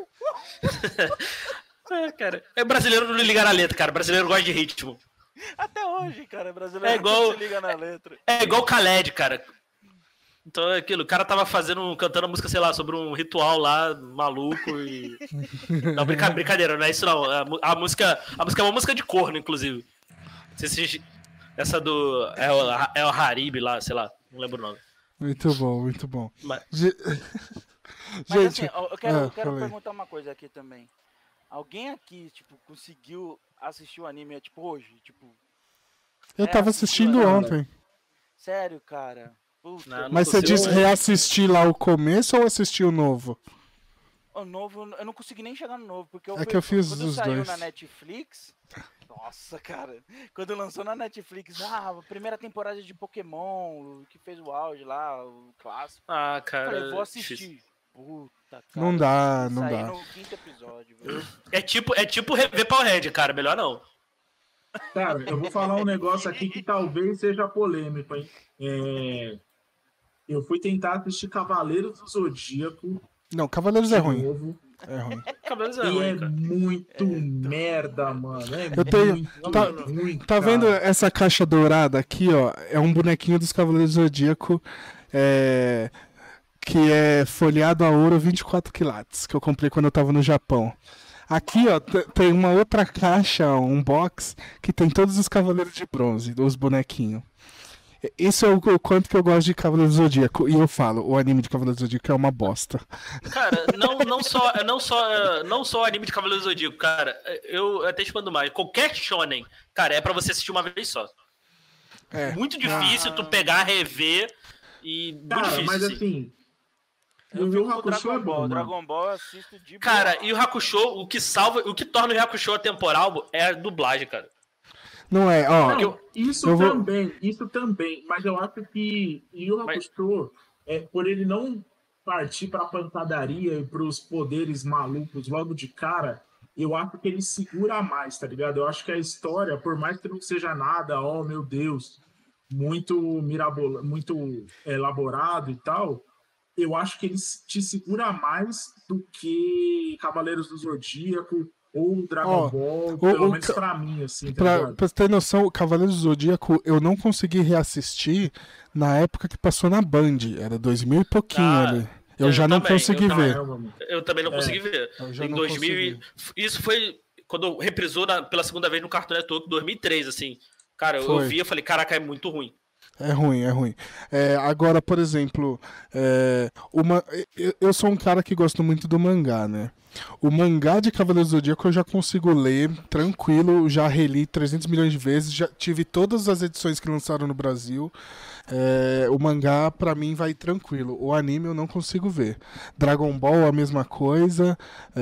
Cara, brasileiro não liga na letra, cara. Brasileiro gosta de ritmo. Até hoje, cara, brasileiro não se liga na letra. É igual o Khaled, cara. Então é aquilo, o cara tava cantando a música, sei lá, sobre um ritual lá, maluco e... Não, brincadeira, não é isso não. A música é uma música de corno, inclusive. Essa do... É o Haribe lá, sei lá, não lembro o nome. Muito bom. Mas Gente, assim, eu quero perguntar uma coisa aqui também. Alguém aqui, tipo, conseguiu assistir o anime, tipo, hoje? Tipo... Eu tava assistindo ontem. Sério, cara? Puta, mas você disse reassistir lá o começo ou assistir o novo? O novo, eu não consegui nem chegar no novo, porque eu fiz quando os saiu dois. na Netflix, nossa, cara, quando lançou na Netflix, a primeira temporada de Pokémon, que fez o auge lá, o clássico. Cara, falei, vou assistir. Puta, cara. Não dá. No 5º episódio, velho. É tipo rever Powerhead, cara, melhor não. Cara, eu vou falar um negócio aqui que talvez seja polêmico, hein? Eu fui tentar assistir Cavaleiros do Zodíaco. Não, Cavaleiros é ruim. Novo. É ruim. Cavaleiros é ruim, cara. Muito merda, mano. Tá vendo essa caixa dourada aqui, ó? É um bonequinho dos Cavaleiros do Zodíaco. Que é folheado a ouro 24 quilates. Que eu comprei quando eu tava no Japão. Aqui, ó, tem uma outra caixa, um box, que tem todos os Cavaleiros de Bronze, os bonequinhos. Isso é o quanto que eu gosto de Cavaleiros do Zodíaco. E eu falo, o anime de Cavaleiros do Zodíaco é uma bosta. Cara, não só o anime de Cavaleiros do Zodíaco, cara. Eu até expando mais. Qualquer shonen, cara, é pra você assistir uma vez só. Muito difícil tu pegar, rever e... Cara, muito difícil, mas assim... Eu vi o Hakusho é bom, Dragon Ball eu assisto de boa. Cara, e o Hakusho, o que torna o Hakusho atemporal é a dublagem, cara. Não é, ó. Não, isso também, mas eu acho que o Hakusho, por ele não partir pra pancadaria e pros poderes malucos logo de cara, eu acho que ele segura mais, tá ligado? Eu acho que a história, por mais que não seja nada, oh meu Deus, muito elaborado e tal, eu acho que ele te segura mais do que Cavaleiros do Zodíaco ou Dragon Ball, pelo menos pra mim, assim. Pra você ter noção, o Cavaleiros do Zodíaco eu não consegui reassistir na época que passou na Band, era 2000 e pouquinho ali. Eu já não consegui ver. Eu também não consegui ver. Em 2000, isso foi quando reprisou pela segunda vez no Cartoon Network, 2003, assim. Cara, eu vi e falei, caraca, é muito ruim. É ruim, é ruim. Agora, por exemplo, eu sou um cara que gosto muito do mangá, né? O mangá de Cavaleiros do Zodíaco eu já consigo ler tranquilo, já reli 300 milhões de vezes, já tive todas as edições que lançaram no Brasil. O mangá, pra mim, vai tranquilo. O anime eu não consigo ver. Dragon Ball, a mesma coisa.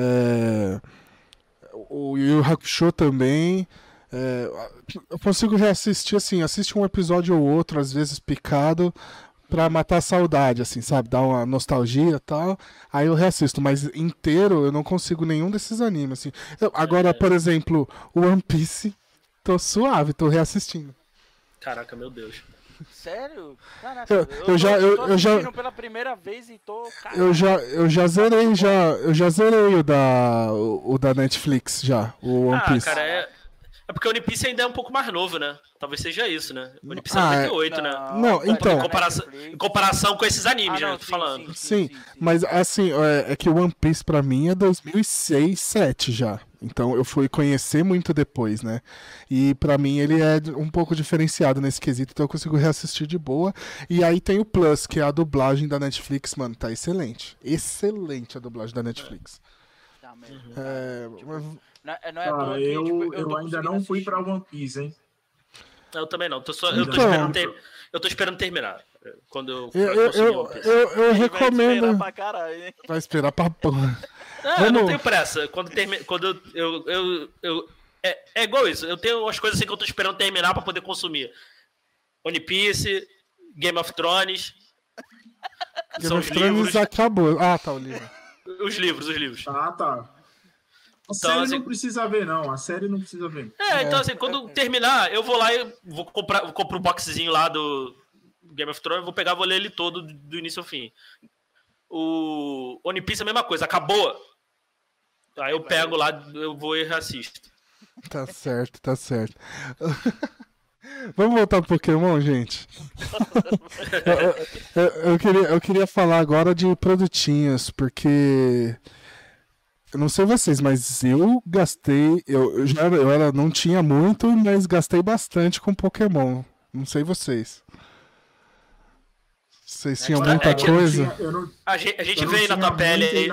O Yu Yu Hakusho também. Eu consigo reassistir, assim, assiste um episódio ou outro, às vezes picado, pra matar a saudade, assim, sabe? Dar uma nostalgia e tal. Aí eu reassisto, mas inteiro eu não consigo nenhum desses animes, assim. Agora, por exemplo, o One Piece, tô suave, tô reassistindo. Caraca, meu Deus. Sério? Caraca, Eu já assistindo pela primeira vez e tô... eu já zerei o da Netflix já, o One Piece. Cara, é porque o One Piece ainda é um pouco mais novo, né? Talvez seja isso, né? O One Piece é 98, né? Não, então... Em comparação com esses animes, né? Tô falando. Sim, mas assim, é que o One Piece pra mim é 2006, 2007 já. Então eu fui conhecer muito depois, né? E pra mim ele é um pouco diferenciado nesse quesito, então eu consigo reassistir de boa. E aí tem o Plus, que é a dublagem da Netflix, mano, tá excelente. Excelente a dublagem da Netflix. Tá mesmo. Eu ainda não fui pra One Piece, hein? Eu também não. Eu tô esperando terminar. Quando eu recomendo. Vai esperar pra porra. Eu não tenho pressa. É igual isso. Eu tenho umas coisas assim que eu tô esperando terminar pra poder consumir. One Piece, Game of Thrones. Game of Thrones acabou. Ah, tá, o livro. Os livros. Ah, tá. A série não precisa ver, não. A série não precisa ver. Então assim, quando terminar, eu vou lá e vou comprar o boxzinho lá do Game of Thrones, vou pegar, vou ler ele todo do início ao fim. O One Piece é a mesma coisa, acabou. Aí eu pego lá, eu vou e reassisto. Tá certo. Vamos voltar pro Pokémon, gente? eu queria falar agora de produtinhos, porque... Eu não sei vocês, mas eu gastei... Eu não tinha muito, mas gastei bastante com Pokémon. Não sei vocês. Vocês tinham muita coisa? A gente veio na tua pele aí.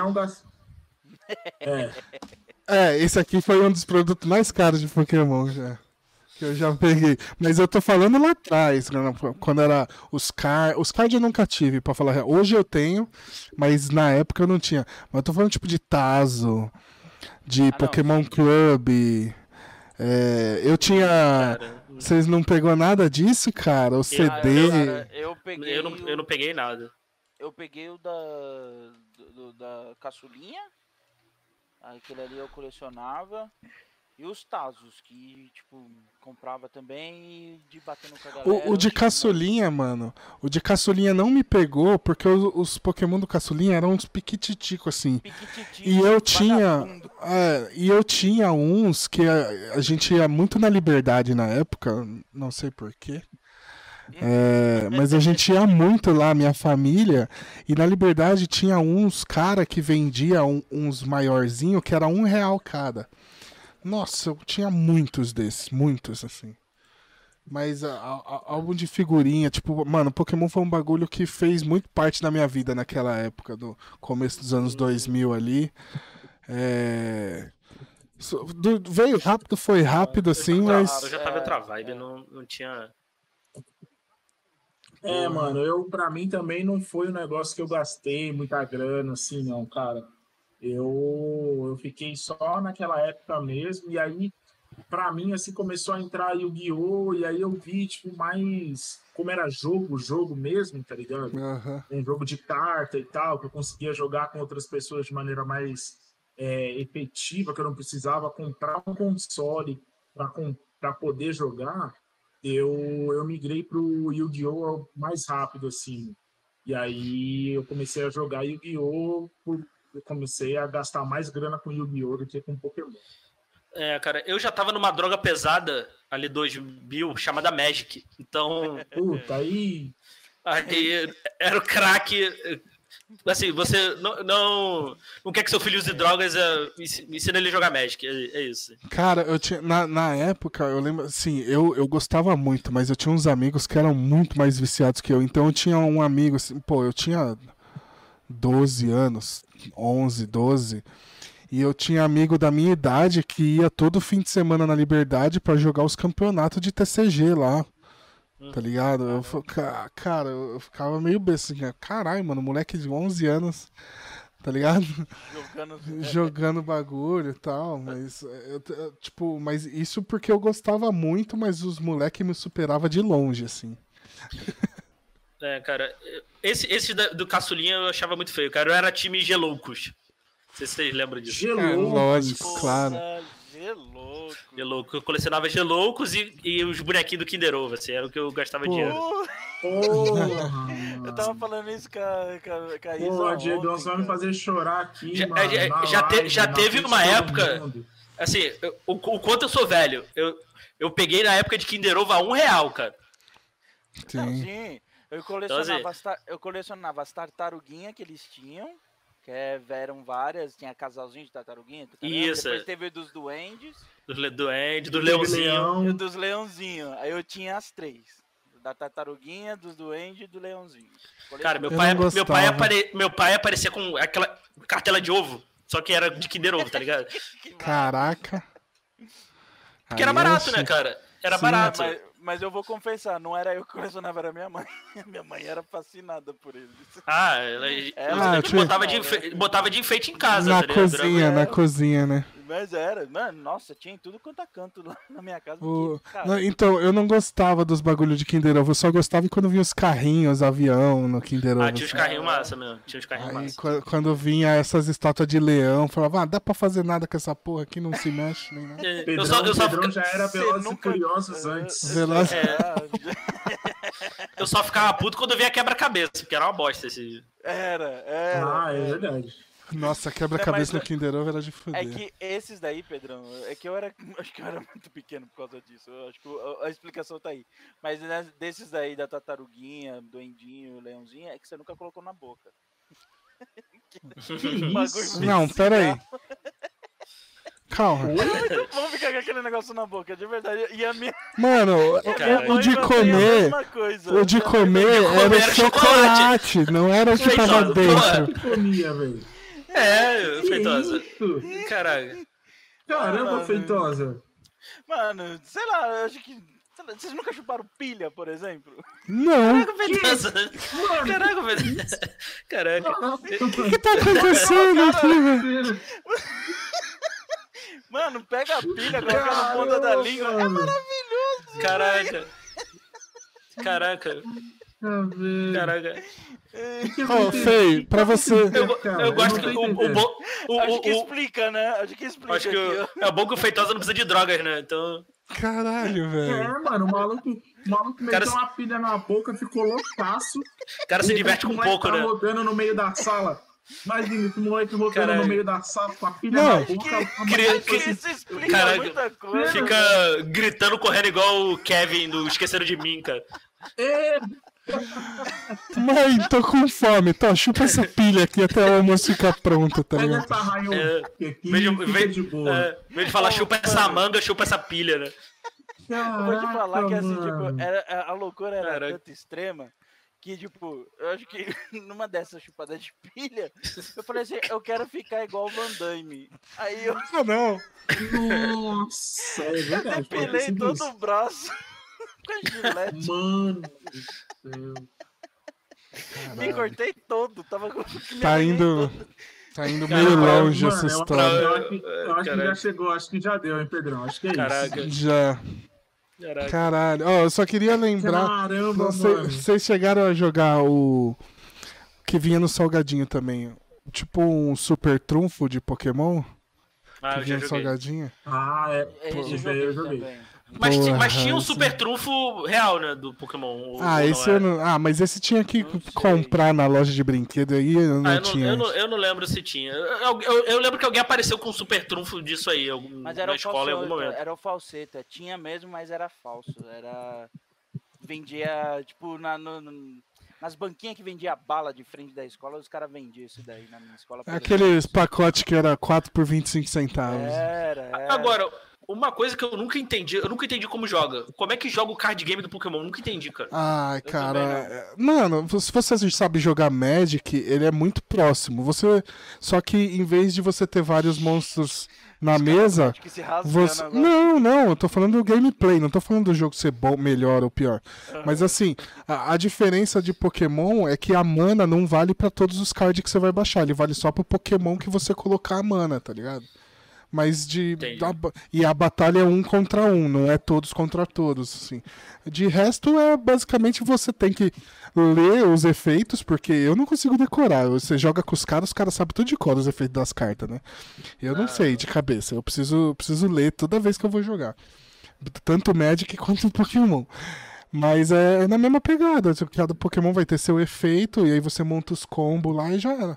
Esse aqui foi um dos produtos mais caros de Pokémon já. Que eu já peguei. Mas eu tô falando lá atrás, quando era os cards. Os cards eu nunca tive, pra falar a real. Hoje eu tenho, mas na época eu não tinha. Mas eu tô falando tipo de Tazo, de Pokémon Club. Eu tinha. Cara, vocês não pegou nada disso, cara? O CD. Eu peguei. Eu não peguei nada. Eu peguei o da caçulinha. Aquele ali eu colecionava. E os Tazos, que, tipo, comprava também e de batendo com a galera. O de caçulinha, mano. O de caçulinha não me pegou porque os Pokémon do caçulinha eram uns piquititico, assim. E eu tinha. E eu tinha uns que a gente ia muito na Liberdade na época, não sei porquê. Mas a gente ia muito lá, minha família, e na Liberdade tinha uns cara que vendia uns maiorzinho que era R$1 cada. Nossa, eu tinha muitos desses, muitos, assim. Mas álbum de figurinha, tipo, mano, Pokémon foi um bagulho que fez muito parte da minha vida naquela época, do começo dos anos 2000 ali. Veio rápido, foi rápido, assim, mas... Eu já tava outra vibe, não tinha... Mano, pra mim também não foi um negócio que eu gastei muita grana, assim, não, cara. Eu fiquei só naquela época mesmo, e aí, pra mim, assim, começou a entrar Yu-Gi-Oh! E aí eu vi, tipo, mais como era jogo mesmo, tá ligado? Uhum. Um jogo de carta e tal, que eu conseguia jogar com outras pessoas de maneira mais efetiva, que eu não precisava comprar um console pra poder jogar. Eu migrei pro Yu-Gi-Oh! Mais rápido, assim. E aí eu comecei a jogar Yu-Gi-Oh! Eu comecei a gastar mais grana com Yu-Gi-Oh! Do que com Pokémon. Cara, eu já tava numa droga pesada ali 2000, chamada Magic. Então... Puta, aí era o crack Assim, você não quer que seu filho use drogas, ensina ele a jogar Magic, é isso. Cara, eu tinha. Na época, eu lembro, assim, eu gostava muito, mas eu tinha uns amigos que eram muito mais viciados que eu. Então eu tinha um amigo, assim, pô, eu tinha 12 anos, 11, 12. E eu tinha amigo da minha idade que ia todo fim de semana na Liberdade pra jogar os campeonatos de TCG lá. Tá ligado? Cara, eu ficava meio besta assim, caralho, mano, moleque de 11 anos, tá ligado? Jogando bagulho e tal, mas tipo, mas isso porque eu gostava muito, mas os moleques me superavam de longe, assim. Cara, esse do caçulinha eu achava muito feio, cara. Eu era time Geloucos. Não sei se vocês lembram disso. Lógico, claro. Gelouco. Eu colecionava Geloucos e os bonequinhos do Kinder Ovo, assim, era o que eu gastava dinheiro. Eu tava falando isso com a Isa. Pô, Diego, nós vamos me fazer chorar aqui, mano. Já teve uma época, assim, o quanto eu sou velho, eu peguei na época de Kinder Ovo a R$1, cara. Sim. Eu colecionava as tartaruguinhas que eles tinham. Que eram várias, tinha casalzinho de tartaruguinha. Isso. Depois teve dos duendes. Dos leãozinho. E dos leãozinho. Aí eu tinha as 3. Da tartaruguinha, dos duendes e do leãozinho. Cara, meu pai aparecia com aquela cartela de ovo, só que era de Kinder Ovo, tá ligado? Caraca. Porque era barato, né, cara? Era barato. Mas eu vou confessar, não era eu que colecionava, era minha mãe. Minha mãe era fascinada por eles. Ela botava de enfeite em casa. Na cozinha, na cozinha, né? Mas era, mano, nossa, tinha em tudo quanto é canto lá na minha casa. Então, eu não gostava dos bagulhos de Kinder Ovo, eu só gostava quando vinha os carrinhos, avião no Kinder Ovo. Tinha os carrinhos massa mesmo, Quando vinha essas estátuas de leão, eu falava, dá pra fazer nada com essa porra aqui, não se mexe nem nada. Pedrão já era Velozes e Furiosos antes. Eu só ficava puto quando eu via quebra-cabeça, porque era uma bosta esse... Era. É verdade. Nossa, quebra-cabeça no Kinder Ovo era de fuder. É que esses daí, Pedrão, acho que eu era muito pequeno por causa disso. Eu acho que a explicação tá aí. Mas desses daí, da tartaruguinha, duendinho, leãozinho, é que você nunca colocou na boca. Não, pera aí. Calma. Vamos ficar com aquele negócio na boca, de verdade. E a minha... Mano, o de comer era o chocolate, não era o que tava dentro. Que comia, velho. Feitosa. Caramba, Feitosa. Mano, sei lá, eu acho que... Vocês nunca chuparam pilha, por exemplo? Não. Caraca, Feitosa. Caraca. O que tá acontecendo aqui, velho? Mano, pega a pilha, coloca na ponta da língua. É maravilhoso. Caraca. Fei, pra você. Eu gosto que acho que explica, né? Acho que é bom que o Feitosa não precisa de drogas, né? Então. Caralho, velho. Mano, o maluco meteu uma pilha na boca, ficou loucaço. O cara se diverte com um pouco, né? Rodando no meio da sala. Imagina, esse moleque rodando no meio da sala com a pilha na boca. Isso explica muita coisa. Fica gritando, correndo igual o Kevin do Esqueceram de Mim, cara. Mãe, tô com fome. Tá, chupa essa pilha aqui até o almoço ficar pronto, tá ligado? Pega essa raio aqui, de boa. Em vez de falar chupa essa manga, chupa essa pilha, né? Eu vou te falar que assim, tipo, a loucura era tanto extrema que, tipo, eu acho que numa dessas chupadas de pilha, eu falei assim, eu quero ficar igual o Van Damme. Aí eu... não. Nossa, é verdade. Depilei todo o braço com a gilete. Mano do céu. Me cortei todo, tava com... Tá indo meio longe essa história. Eu acho que já deu, hein, Pedrão? Acho que é isso. Já. Caralho. Eu só queria lembrar. Caramba, vocês chegaram a jogar o que vinha no salgadinho também. Tipo um super trunfo de Pokémon? Que vinha no salgadinho? Eu joguei. Mas tinha um super trunfo real, né, do Pokémon. Mas esse tinha que comprar na loja de brinquedo aí, eu não lembro se tinha. Eu lembro que alguém apareceu com um super trunfo disso aí na escola em algum momento. Era o falseta, tinha mesmo, mas era falso. Vendia, tipo, nas banquinhas que vendia bala de frente da escola, os caras vendiam isso daí na minha escola. Aqueles pacotes que era 4 por 25 centavos. Era. Agora, uma coisa que eu nunca entendi como joga. Como é que joga o card game do Pokémon? Nunca entendi, cara. Ai, cara. Mano, se você sabe jogar Magic, ele é muito próximo. Só que em vez de você ter vários monstros na mesa. Não, eu tô falando do gameplay, não tô falando do jogo ser bom, melhor ou pior. Mas assim, a diferença de Pokémon é que a mana não vale pra todos os cards que você vai baixar. Ele vale só pro Pokémon que você colocar a mana, tá ligado? Mas e a batalha é 1 contra 1, não é todos contra todos, assim. De resto, basicamente você tem que ler os efeitos, porque eu não consigo decorar. Você joga com os caras sabem tudo de cor os efeitos das cartas, né? Eu não sei de cabeça, eu preciso ler toda vez que eu vou jogar. Tanto Magic quanto Pokémon. Mas é na mesma pegada, cada Pokémon vai ter seu efeito, e aí você monta os combos lá e já era.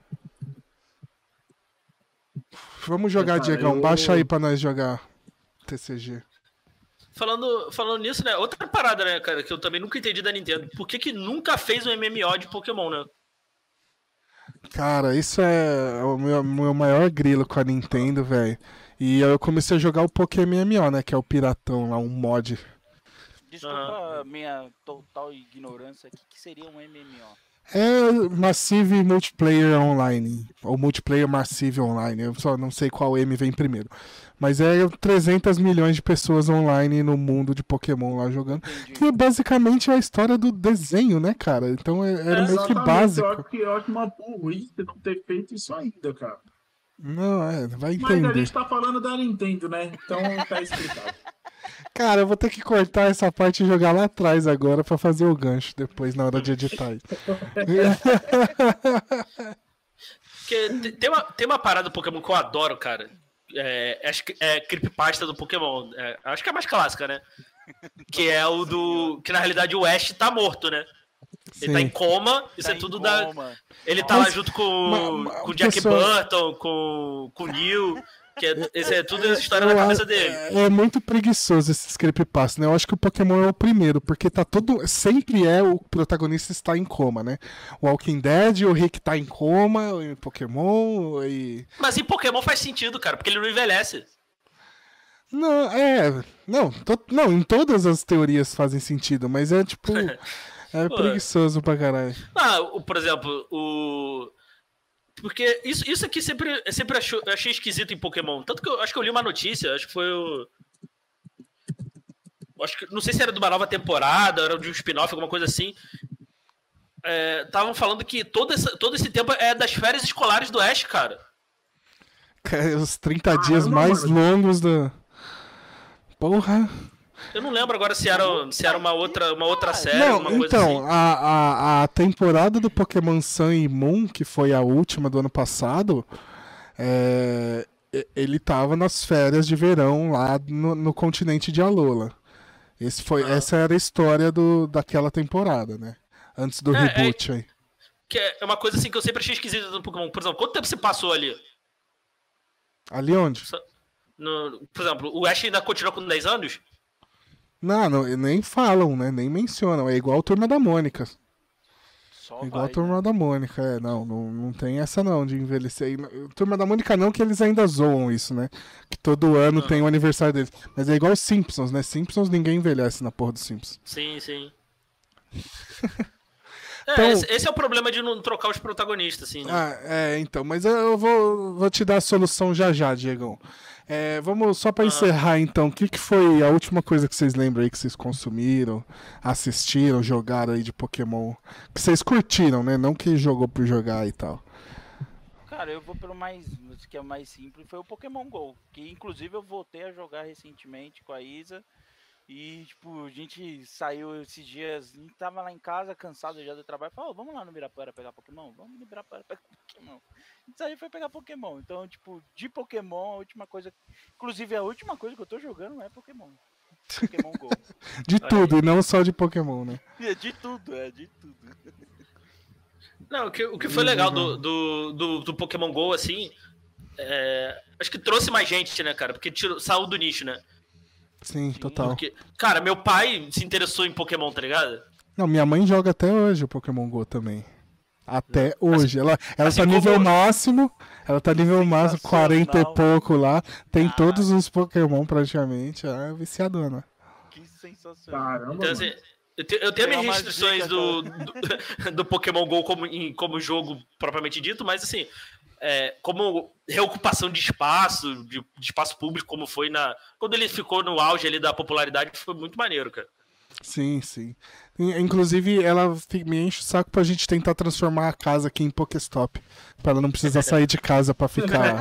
Vamos jogar, Diegão. Baixa aí pra nós jogar TCG. Falando nisso, né? Outra parada, né, cara, que eu também nunca entendi da Nintendo. Por que nunca fez um MMO de Pokémon, né? Cara, isso é o meu maior grilo com a Nintendo, velho. E eu comecei a jogar o Pokémon MMO, né? Que é o piratão lá, um mod. Desculpa a minha total ignorância. O que seria um MMO? É Massive Multiplayer Online, ou Multiplayer Massive Online, eu só não sei qual M vem primeiro. Mas é 300 milhões de pessoas online no mundo de Pokémon lá jogando. Entendi. Que é basicamente a história do desenho, né, cara? Então era meio que básico. Eu acho uma burrice não ter feito isso ainda, cara. Não, vai entender. Mas a gente tá falando da Nintendo, né? Então tá explicado. Cara, eu vou ter que cortar essa parte e jogar lá atrás agora pra fazer o gancho depois na hora de editar. Tem uma parada do Pokémon que eu adoro, cara. Acho que é creepypasta do Pokémon. Acho que é a mais clássica, né? Que é o do... Que na realidade o Ash tá morto, né? Sim. Ele tá em coma, isso é tudo da... Ele tá lá junto com o Jack Burton, com o Neil... Esse é tudo essa história na cabeça dele. É muito preguiçoso esse creepypasta, né? Eu acho que o Pokémon é o primeiro, porque tá sempre o protagonista está em coma, né? O Walking Dead, o Rick tá em coma, em Pokémon e... Mas em Pokémon faz sentido, cara, porque ele não envelhece. Não, em todas as teorias fazem sentido, mas é tipo... É preguiçoso pra caralho. Por exemplo, Porque isso aqui sempre achei esquisito em Pokémon. Tanto que eu acho que eu li uma notícia, acho que foi não sei se era de uma nova temporada, era de um spin-off, alguma coisa assim. Estavam falando que todo esse tempo é das férias escolares do Ash, cara. Os 30 dias mais longos da... Porra... Eu não lembro agora se era uma outra série, não, alguma coisa então, assim. A temporada do Pokémon Sun e Moon, que foi a última do ano passado, ele tava nas férias de verão lá no continente de Alola. Essa era a história daquela temporada, né? Antes do reboot aí. Que é uma coisa assim que eu sempre achei esquisita do Pokémon. Por exemplo, quanto tempo você passou ali? Ali onde? Por exemplo, o Ash ainda continua com 10 anos? Não, nem falam, né? Nem mencionam. É igual a Turma da Mônica. Igual a Turma da Mônica, não tem essa não de envelhecer. Turma da Mônica não, que eles ainda zoam isso, né? Que todo ano tem o aniversário deles. Mas é igual os Simpsons, né? Simpsons ninguém envelhece na porra dos Simpsons. Sim. Então, esse é o problema de não trocar os protagonistas, assim, né? Então, mas eu vou te dar a solução já, Diegão. Vamos só pra encerrar, então. O que foi a última coisa que vocês lembram aí que vocês consumiram, assistiram, jogaram aí de Pokémon? Que vocês curtiram, né? Não que jogou por jogar e tal. Cara, eu vou pelo que é o mais simples, foi o Pokémon GO. Que inclusive eu voltei a jogar recentemente com a Isa. E, tipo, a gente saiu esses dias, a gente tava lá em casa, cansado já do trabalho, falou, vamos lá no Ibirapuera pegar Pokémon? Vamos no Ibirapuera pegar Pokémon. A gente saiu e foi pegar Pokémon. Então, tipo, de Pokémon, a última coisa... Inclusive, a última coisa que eu tô jogando é Pokémon. Pokémon GO. De tudo, e não só de Pokémon, né? De tudo. Não, o que foi legal do Pokémon GO, assim, acho que trouxe mais gente, né, cara? Porque saiu do nicho, né? Sim, total. Porque, cara, meu pai se interessou em Pokémon, tá ligado? Não, minha mãe joga até hoje o Pokémon GO também. Até hoje. Ela assim tá nível como- máximo. Ela tá nível máximo, 40 e Sensacional. pouco lá. Tem Caraca. todos os Pokémon praticamente. É viciadona. Que sensacional. Caramba, Então, mano. assim, eu tenho Pegar minhas umas restrições dicas, do Pokémon GO como jogo propriamente dito, mas assim, como reocupação de espaço, de espaço público, como foi quando ele ficou no auge ali da popularidade, foi muito maneiro, cara. Sim, sim. Inclusive, ela me enche o saco pra gente tentar transformar a casa aqui em Pokéstop. Pra ela não precisar sair de casa pra ficar.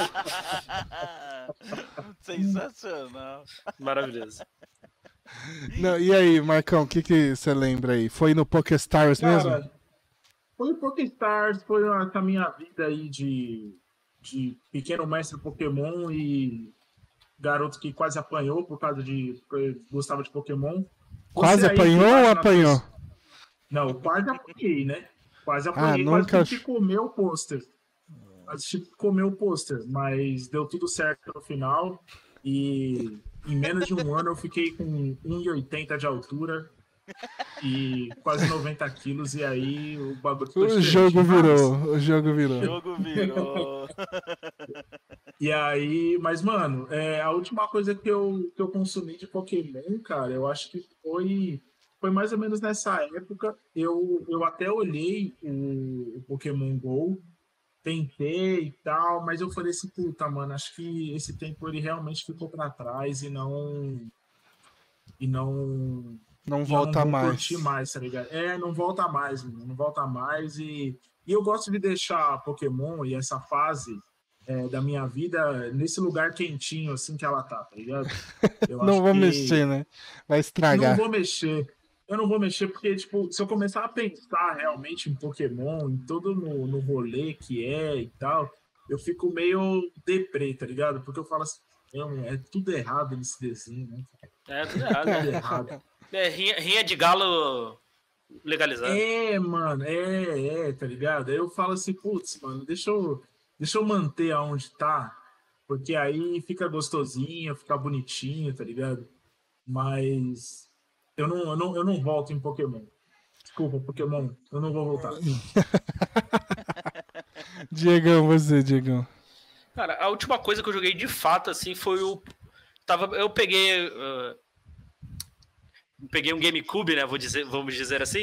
Sensacional. Maravilhoso. Não, e aí, Marcão, o que você lembra aí? Foi no Pokéstars mesmo? Cara, foi o Pokéstars, foi a minha vida aí de pequeno mestre Pokémon e garoto que quase apanhou por causa de gostava de Pokémon. Quase Você aí que apanhou bate ou na apanhou? tua- Não, quase apanhei, né? Quase apanhei, nunca- quase tive que comer o pôster. Quase tive que comer o pôster, mas deu tudo certo no final. E em menos de um ano eu fiquei com 1,80 de altura e quase 90 quilos, e aí o bagulho foi O diferente. jogo Mas- virou, o jogo O virou. jogo virou. E aí, mas, mano, a última coisa que eu consumi de Pokémon, cara, eu acho que foi mais ou menos nessa época. Eu até olhei o Pokémon GO, tentei e tal, mas eu falei assim, puta, mano, acho que esse tempo ele realmente ficou pra trás e não Não já volta não vou mais. curtir mais, tá ligado? Não volta mais, mano, não volta mais. E eu gosto de deixar Pokémon e essa fase da minha vida nesse lugar quentinho, assim que ela tá ligado? Eu Não acho vou que mexer, né? Vai não estragar. vou mexer. Eu não vou mexer porque, tipo, se eu começar a pensar realmente em Pokémon, em todo no rolê que e tal, eu fico meio deprê, tá ligado? Porque eu falo assim, não, é tudo errado nesse desenho, né? Tudo errado. Tudo errado. Rinha de galo legalizado. Mano, tá ligado? Aí eu falo assim, putz, mano, deixa eu manter aonde tá, porque aí fica gostosinho, fica bonitinho, tá ligado? Mas eu não volto em Pokémon. Desculpa, Pokémon, eu não vou voltar. Diegão, você, Diegão. Cara, a última coisa que eu joguei de fato, assim, foi eu peguei. Peguei um GameCube, né? Vamos dizer assim.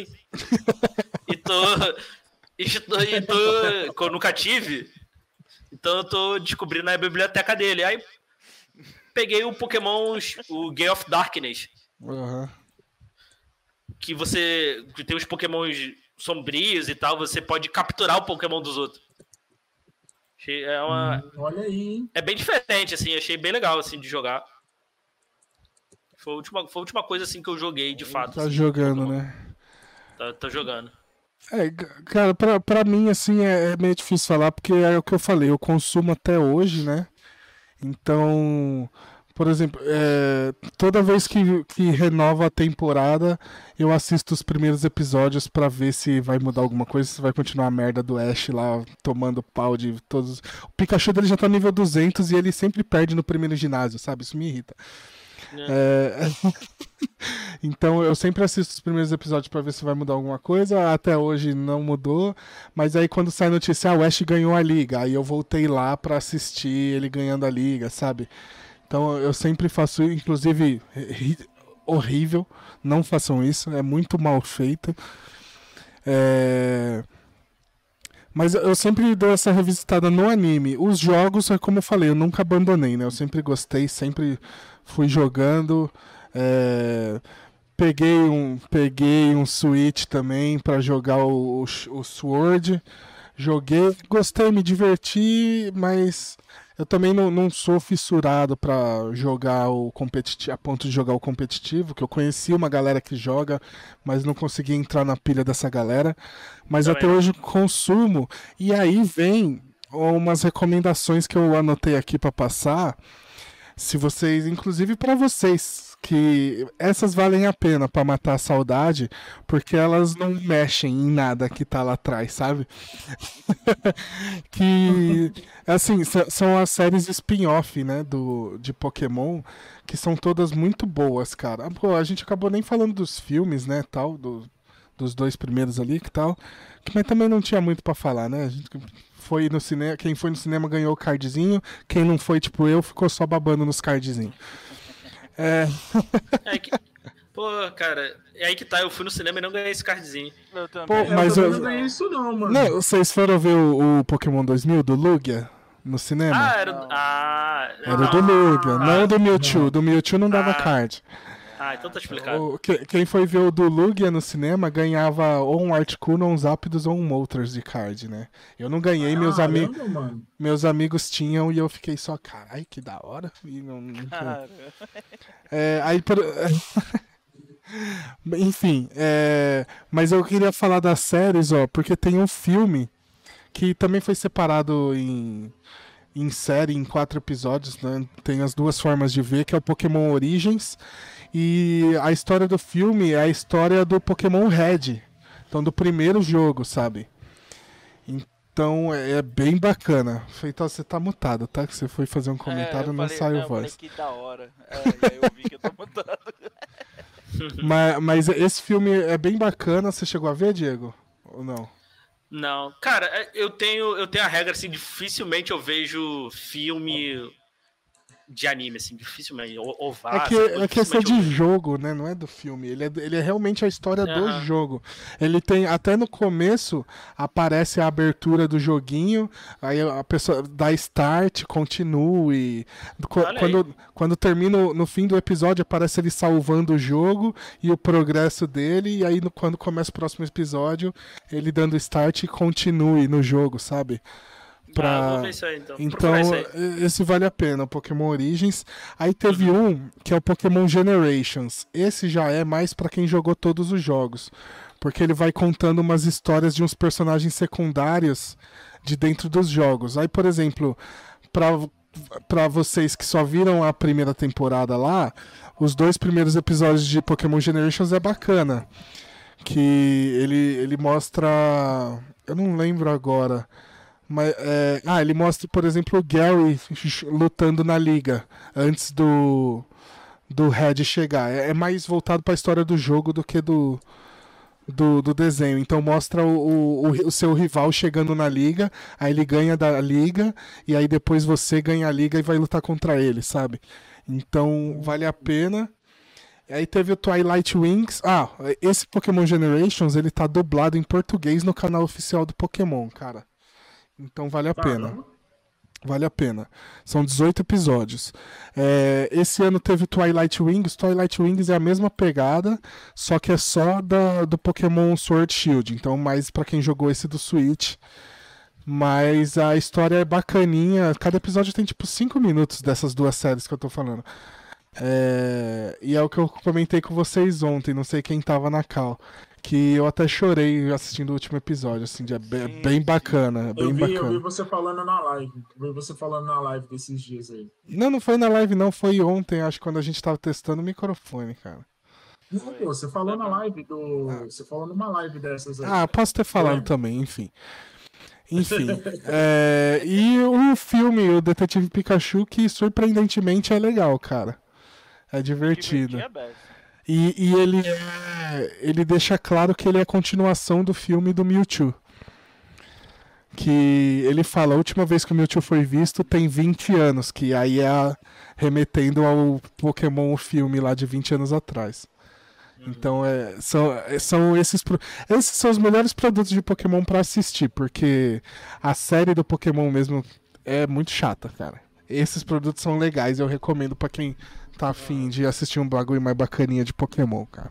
Que eu nunca tive. Então eu tô descobrindo a biblioteca dele. Aí peguei o Pokémon, o Gate of Darkness. Uhum. Que tem os Pokémons sombrios e tal, você pode capturar o Pokémon dos outros. Olha aí, hein? É bem diferente, assim, achei bem legal, assim, de jogar. Foi a última coisa, assim, que eu joguei, de fato. Tá assim, jogando, Pokémon. né? Tá jogando. Cara, pra mim, assim, é meio difícil falar, porque é o que eu falei, eu consumo até hoje, né? Então, por exemplo, toda vez que renova a temporada, eu assisto os primeiros episódios pra ver se vai mudar alguma coisa, se vai continuar a merda do Ash lá, tomando pau de todos. O Pikachu dele já tá nível 200 e ele sempre perde no primeiro ginásio, sabe? Isso me irrita. Então eu sempre assisto os primeiros episódios pra ver se vai mudar alguma coisa. Até hoje não mudou, mas aí quando sai a notícia, o Ash ganhou a liga, aí eu voltei lá pra assistir ele ganhando a liga, sabe? Então eu sempre faço, inclusive horrível, não façam isso, é muito mal feito. Mas eu sempre dou essa revisitada no anime. Os jogos, é como eu falei, eu nunca abandonei, né? Eu sempre gostei, sempre fui jogando. Peguei um Switch também pra jogar o Sword. Joguei, gostei, me diverti, mas eu também não sou fissurado pra jogar o competitivo, a ponto de jogar o competitivo, que eu conheci uma galera que joga, mas não consegui entrar na pilha dessa galera. Mas Também até não. hoje consumo. E aí vem umas recomendações que eu anotei aqui pra passar. Se vocês, inclusive pra vocês, que essas valem a pena pra matar a saudade, porque elas não mexem em nada que tá lá atrás, sabe? Que, assim, são as séries spin-off, né, de Pokémon, que são todas muito boas, cara. Pô, a gente acabou nem falando dos filmes, né, tal, dos 2 primeiros ali, que tal. Mas também não tinha muito pra falar, né? A gente foi no cinema, quem foi no cinema ganhou o cardzinho, quem não foi, tipo eu, ficou só babando nos cardzinhos. Pô, cara, é aí que tá, eu fui no cinema e não ganhei esse cardzinho. Eu também. Pô, mas eu não ganhei isso não, mano. Não, vocês foram ver o Pokémon 2000 do Lugia no cinema? Era Era do Lugia, não do Mewtwo. Não. Do Mewtwo não dava card. Então tá explicado. Quem foi ver o do Lugia no cinema ganhava ou um Articuno, um Zapdos ou um Moltres de card, né? Eu não ganhei, meus amigos tinham e eu fiquei só, carai, que da hora. E não... Enfim, mas eu queria falar das séries, porque tem um filme que também foi separado em série, em 4 episódios, né? Tem as 2 formas de ver, que é o Pokémon Origins. E a história do filme é a história do Pokémon Red. Então, do primeiro jogo, sabe? Então, é bem bacana. Feito, você tá mutado, tá? Que você foi fazer um comentário, não saiu voz. Eu falei que da hora. E aí eu vi que eu tô mutado. Mas esse filme é bem bacana. Você chegou a ver, Diego? Ou não? Não. Cara, eu tenho a regra, assim, dificilmente eu vejo filme de anime, assim, dificilmente. É questão de jogo, né? Não é do filme. Ele é realmente a história do jogo. Ele tem, até no começo, aparece a abertura do joguinho, aí a pessoa dá start, continue. Quando termina, no fim do episódio, aparece ele salvando o jogo e o progresso dele, e aí quando começa o próximo episódio, ele dando start e continue no jogo, sabe? Vou ver isso aí, então. Então, esse vale a pena, o Pokémon Origins. Aí teve um, que é o Pokémon Generations. Esse já é mais pra quem jogou todos os jogos. Porque ele vai contando umas histórias de uns personagens secundários de dentro dos jogos. Aí, por exemplo, pra vocês que só viram a primeira temporada lá, os 2 primeiros episódios de Pokémon Generations é bacana. Que ele mostra... Eu não lembro agora... Mas, ele mostra, por exemplo, o Gary lutando na liga antes do Red chegar. É mais voltado para a história do jogo do que do desenho. Então mostra o seu rival chegando na liga, aí ele ganha da liga, e aí depois você ganha a liga e vai lutar contra ele, sabe? Então vale a pena. Aí teve o Twilight Wings. Esse Pokémon Generations, ele tá dublado em português no canal oficial do Pokémon, cara. Então vale a pena. Vale a pena. São 18 episódios. Esse ano teve Twilight Wings. Twilight Wings é a mesma pegada, só que é só do Pokémon Sword Shield. Então, mais pra quem jogou esse do Switch. Mas a história é bacaninha. Cada episódio tem tipo 5 minutos dessas 2 séries que eu tô falando. E é o que eu comentei com vocês ontem. Não sei quem tava na call. Que eu até chorei assistindo o último episódio, assim, bem bacana. Eu vi você falando na live. Desses dias aí. Não foi na live não, foi ontem, acho, quando a gente tava testando o microfone, cara. Não, pô, você falou na live Você falou numa live dessas aí. Posso ter falado também, enfim. E o filme, o Detetive Pikachu, que surpreendentemente é legal, cara. É divertido. E ele deixa claro que ele é a continuação do filme do Mewtwo. Que ele fala, a última vez que o Mewtwo foi visto tem 20 anos, que aí é remetendo ao Pokémon, o filme lá de 20 anos atrás. Então são esses são os melhores produtos de Pokémon pra assistir, porque a série do Pokémon mesmo é muito chata, cara. Esses produtos são legais, eu recomendo pra quem tá afim de assistir um bagulho mais bacaninha de Pokémon, cara.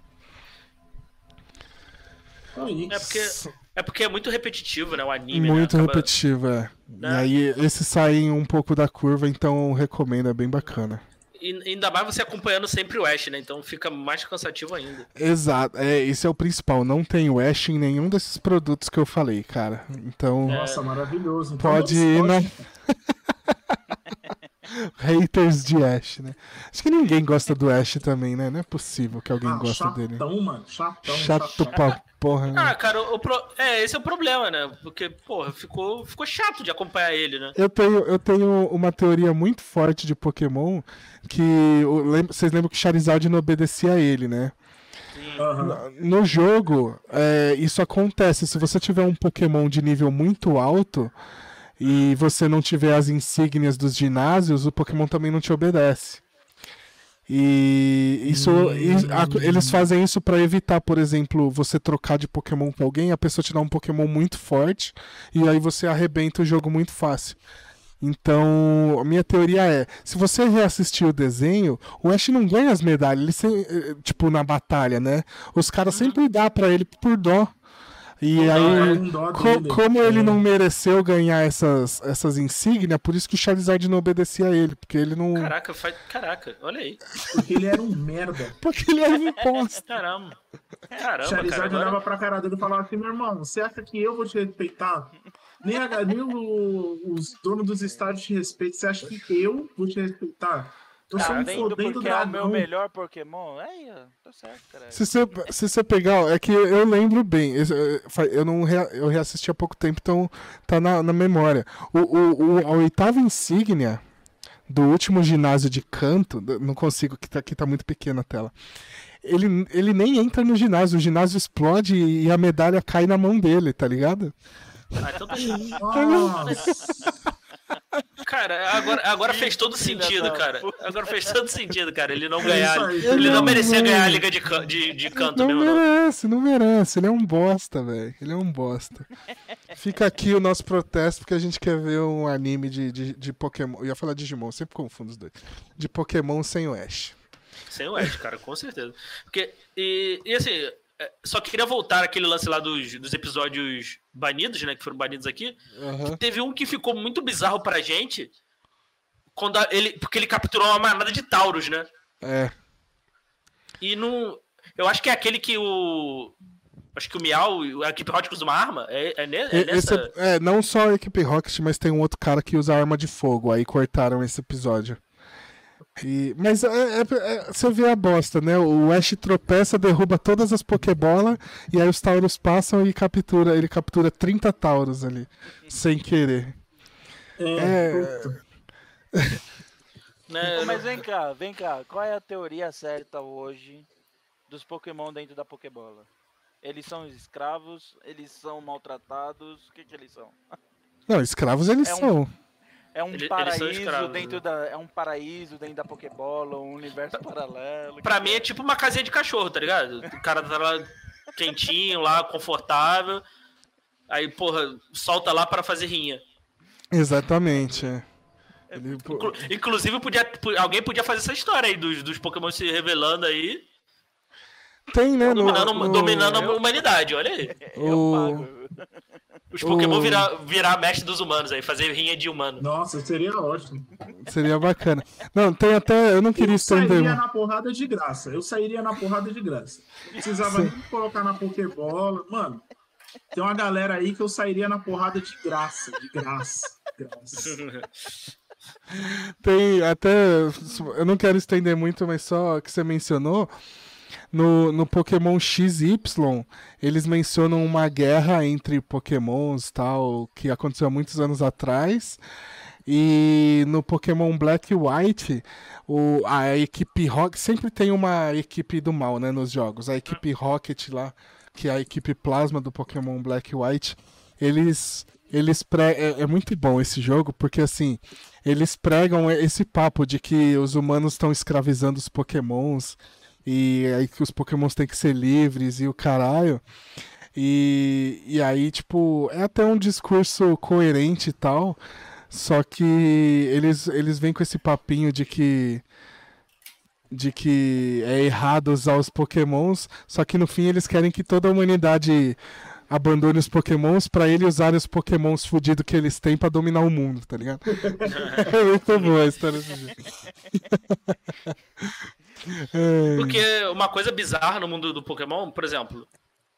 É porque é muito repetitivo, né? O anime, muito repetitivo, Né? E aí esses saem um pouco da curva, então eu recomendo, é bem bacana. E ainda mais você acompanhando sempre o Ash, né? Então fica mais cansativo ainda. Exato, esse é o principal. Não tem o Ash em nenhum desses produtos que eu falei, cara. Então. Nossa, maravilhoso. Então, pode ir na. Haters de Ash, né? Acho que ninguém gosta do Ash também, né? Não é possível que alguém goste dele. Mano. Chato pra porra, né? Cara, esse é o problema, né? Porque, porra, ficou chato de acompanhar ele, né? Eu tenho uma teoria muito forte de Pokémon que... Vocês lembram que Charizard não obedecia a ele, né? Sim. Aham. No jogo, isso acontece. Se você tiver um Pokémon de nível muito alto e você não tiver as insígnias dos ginásios, o Pokémon também não te obedece. E eles fazem isso pra evitar, por exemplo, você trocar de Pokémon com alguém, a pessoa te dá um Pokémon muito forte e aí você arrebenta o jogo muito fácil. Então, a minha teoria é, se você reassistir o desenho, o Ash não ganha as medalhas, tipo, na batalha, né? Os caras sempre dão pra ele por dó. E aí, como ele não mereceu ganhar essas insígnias, por isso que o Charizard não obedecia a ele, porque ele não... Caraca, olha aí. Porque ele era um merda. Porque ele era um bosta. Caramba, Charizard cara, olhava pra cara dele e falava assim, meu irmão, você acha que eu vou te respeitar? Nem os donos dos estádios te respeitam. Você acha que eu vou te respeitar? Eu sou um fodendo porque é o meu dragão. melhor Pokémon. Aí, ó, tá certo, cara. Se você pegar, é que eu lembro bem, eu reassisti há pouco tempo, então tá na memória. A oitava insígnia do último ginásio de Kanto, não consigo, que tá muito pequena a tela. Ele nem entra no ginásio, o ginásio explode e a medalha cai na mão dele, tá ligado? Então cara, agora fez todo sentido, cara. Agora fez todo sentido, cara. Ele não ganhar. Ele não merecia ganhar a liga de canto não mesmo. Não merece. Ele é um bosta, velho. Ele é um bosta. Fica aqui o nosso protesto, porque a gente quer ver um anime de Pokémon. Eu ia falar Digimon, sempre confundo os dois. De Pokémon sem o Ash. Sem o Ash, cara, com certeza. Porque, e assim, só queria voltar aquele lance lá dos episódios banidos, né? Que foram banidos aqui. Uhum. Teve um que ficou muito bizarro pra gente. Porque ele capturou uma manada de Tauros, né? É. E não. Eu acho que é aquele que acho que o Miau, a equipe Rocket usa uma arma. Nessa. Não só a equipe Rocket, mas tem um outro cara que usa arma de fogo. Aí cortaram esse episódio. Mas você vê a bosta, né? O Ash tropeça, derruba todas as Pokébolas e aí os Tauros passam e ele captura 30 Tauros ali, sem querer. Mas vem cá, qual é a teoria certa hoje dos Pokémon dentro da Pokébola? Eles são escravos? Eles são maltratados? O que eles são? Não, escravos eles são. É um paraíso dentro da Pokébola, um universo paralelo. Pra mim é tipo uma casinha de cachorro, tá ligado? O cara tá lá quentinho, lá, confortável. Aí, porra, solta lá para fazer rinha. Exatamente. Inclusive, alguém podia fazer essa história aí dos Pokémon se revelando aí. Tem, né? Dominando a humanidade, olha aí. Os Pokémon virar mestre dos humanos aí, fazer rinha de humano. Nossa, seria ótimo. Seria bacana. Não, tem até. Eu não queria estender. Eu sairia na porrada de graça. Não precisava nem colocar na Pokébola. Mano, tem uma galera aí que eu sairia na porrada de graça. Tem até. Eu não quero estender muito, mas só que você mencionou. No Pokémon XY, eles mencionam uma guerra entre Pokémons tal, que aconteceu há muitos anos atrás. E no Pokémon Black e White, a equipe Rocket sempre tem uma equipe do mal, né, nos jogos. A equipe Rocket lá, que é a equipe Plasma do Pokémon Black e White, é muito bom esse jogo, porque assim, eles pregam esse papo de que os humanos estão escravizando os Pokémons. E aí que os Pokémons têm que ser livres e o caralho. E aí, tipo, é até um discurso coerente e tal. Só que eles vêm com esse papinho de que é errado usar os Pokémons. Só que no fim eles querem que toda a humanidade abandone os Pokémons pra eles usarem os Pokémons fudidos que eles têm pra dominar o mundo, tá ligado? É muito boa a história desse jogo. Porque uma coisa bizarra no mundo do Pokémon, por exemplo,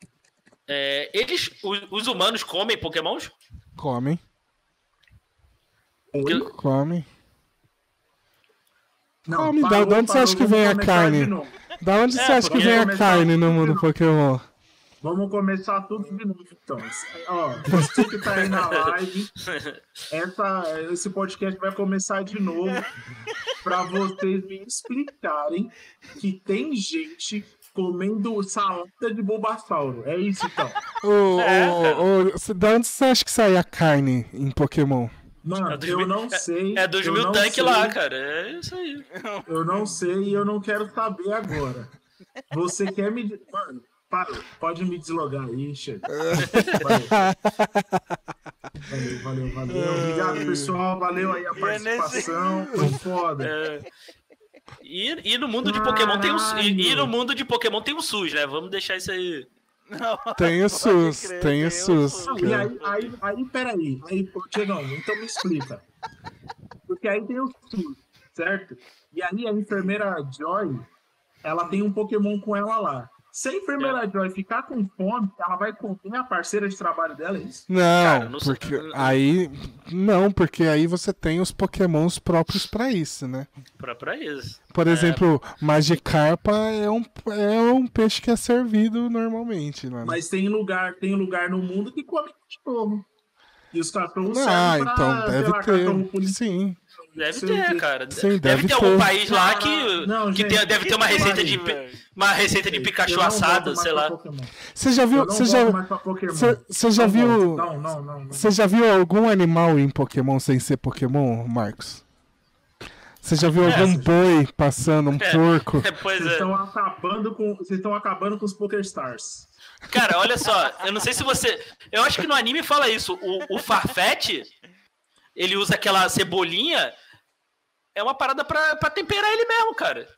os humanos comem Pokémons? Comem. Comem. Não, de onde você acha que vem a carne? Da onde você acha que vem a carne no mundo Pokémon? Vamos começar tudo de novo, então. Ó, você que tá aí na live, esse podcast vai começar de novo para vocês me explicarem que tem gente comendo salada de Bulbasauro. É isso, então. Da onde você acha que sai a carne em Pokémon? Mano, eu não sei. É dos mil tanques lá, cara. É isso aí. Eu não sei e eu não quero saber agora. Você quer me... Mano, parou. Pode me deslogar aí, chega. Valeu. Obrigado, pessoal. Valeu aí a participação. Foi foda. E no mundo de Pokémon tem um e no mundo de Pokémon tem um SUS, né? Vamos deixar isso aí. Não, tem o SUS, tem o SUS. E aí, peraí. Aí, Diegão, então me explica. Porque aí tem o SUS, certo? E aí a enfermeira Joy, ela tem um Pokémon com ela lá. Se a enfermeira Joy ficar com fome, ela vai comer a parceira de trabalho dela, é isso? Não, cara, porque aí você tem os Pokémons próprios pra isso, né? Pra isso. Por exemplo, Magikarpa é um peixe que é servido normalmente, né? Mas tem lugar no mundo que come cachorro. E os cachorros servem pra então deve ter. Sim. Deve ter, cara. Sim, deve ter algum país lá que deve ter uma receita de Pikachu assado, sei lá. Você já viu? Você já viu algum animal em Pokémon sem ser Pokémon, Marcos? Você já viu algum boi passando, um porco? Vocês estão acabando com os PokéStars. Cara, olha só, eu não sei se você... Eu acho que no anime fala isso. O Farfetch, ele usa aquela cebolinha, é uma parada pra temperar ele mesmo, cara.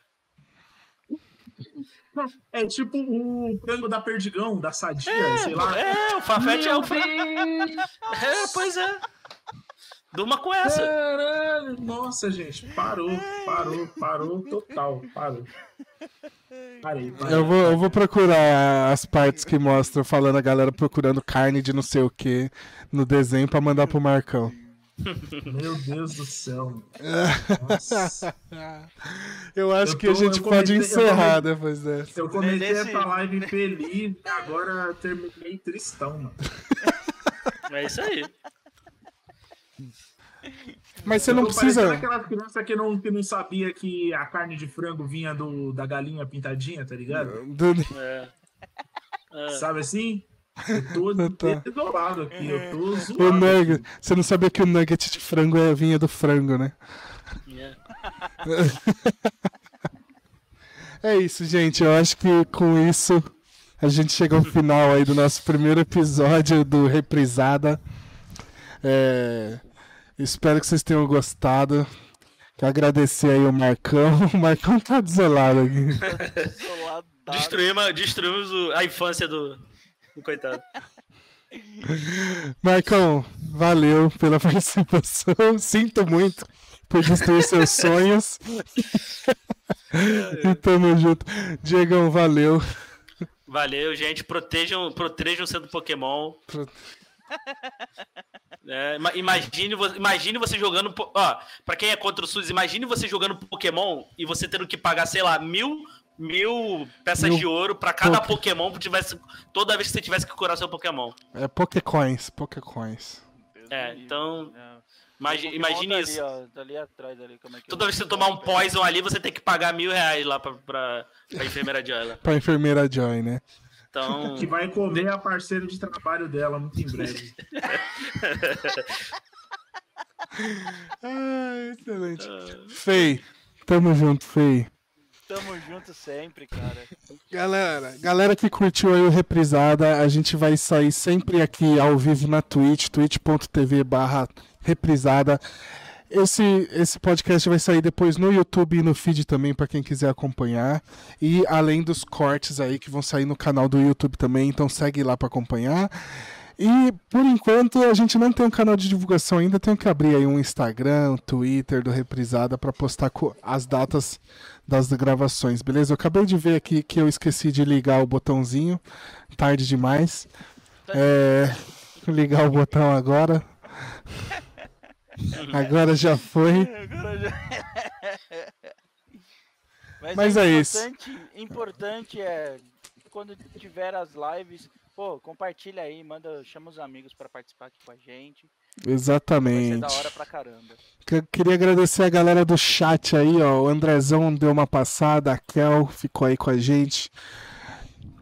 É tipo o frango da Perdigão, da Sadia, sei lá. O Farfetch é o frango. Pois é. Durma com essa. Caralho, nossa, gente, parou total, parou. Parei. Eu vou procurar as partes que mostram falando a galera procurando carne de não sei o que no desenho pra mandar pro Marcão. Meu Deus do céu. Nossa. Eu acho que a gente pode encerrar depois dessa. Eu comecei essa live feliz e agora terminei tristão, mano. É isso aí. Mas você não precisa. Aquelas crianças que não sabia que a carne de frango vinha da galinha pintadinha, tá ligado? Sabe assim? Eu tô desolado aqui, eu tô zoado. Você não sabia que o nugget de frango vinha do frango, né? É isso, gente. Eu acho que com isso a gente chega ao final aí do nosso primeiro episódio do Reprisada. Espero que vocês tenham gostado. Quero agradecer aí o Marcão. O Marcão tá desolado aqui. Destruímos a infância do coitado. Marcão, valeu pela participação. Sinto muito por destruir seus sonhos. E tamo junto. Diegão, valeu. Valeu, gente. Protejam sendo Pokémon. Imagine você jogando. Ó, pra quem é contra o SUS, imagine você jogando Pokémon e você tendo que pagar, sei lá, mil peças de ouro pra cada Pokémon toda vez que você tivesse que curar seu Pokémon. É Pokécoins. Então. Imagine tá isso. Ali, ó, tá ali atrás, ali, como é que toda vez que você tomar um Poison ali, você tem que pagar R$1.000 lá pra enfermeira Joy lá. Pra enfermeira Joy, né? Então... Que vai comer a parceira de trabalho dela muito em breve. Excelente. Fei, tamo junto, Fei. Tamo junto sempre, cara. Galera que curtiu aí o Reprisada, a gente vai sair sempre aqui ao vivo na Twitch, twitch.tv/reprisada. Esse podcast vai sair depois no YouTube e no feed também, para quem quiser acompanhar. E além dos cortes aí que vão sair no canal do YouTube também, então segue lá para acompanhar. E por enquanto a gente não tem um canal de divulgação ainda, tenho que abrir aí um Instagram, um Twitter do Reprisada para postar as datas das gravações, beleza? Eu acabei de ver aqui que eu esqueci de ligar o botãozinho, tarde demais. Ligar o botão agora. Agora já foi. Mas é isso. Importante é quando tiver as lives, compartilha aí, chama os amigos para participar aqui com a gente. Exatamente. Vai ser da hora pra caramba. Queria agradecer a galera do chat aí, ó. O Andrezão deu uma passada, a Kel ficou aí com a gente.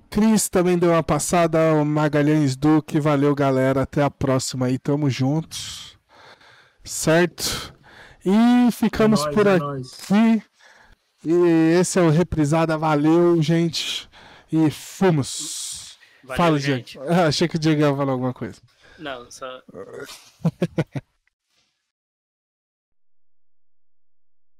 Cris também deu uma passada, o Magalhães Duque, valeu galera, até a próxima aí, tamo juntos, certo? E ficamos por aqui, e esse é o Reprisada, valeu gente, e fomos. Valeu, Fala, gente. Diego. Achei que o Diego ia falar alguma coisa. Não, só...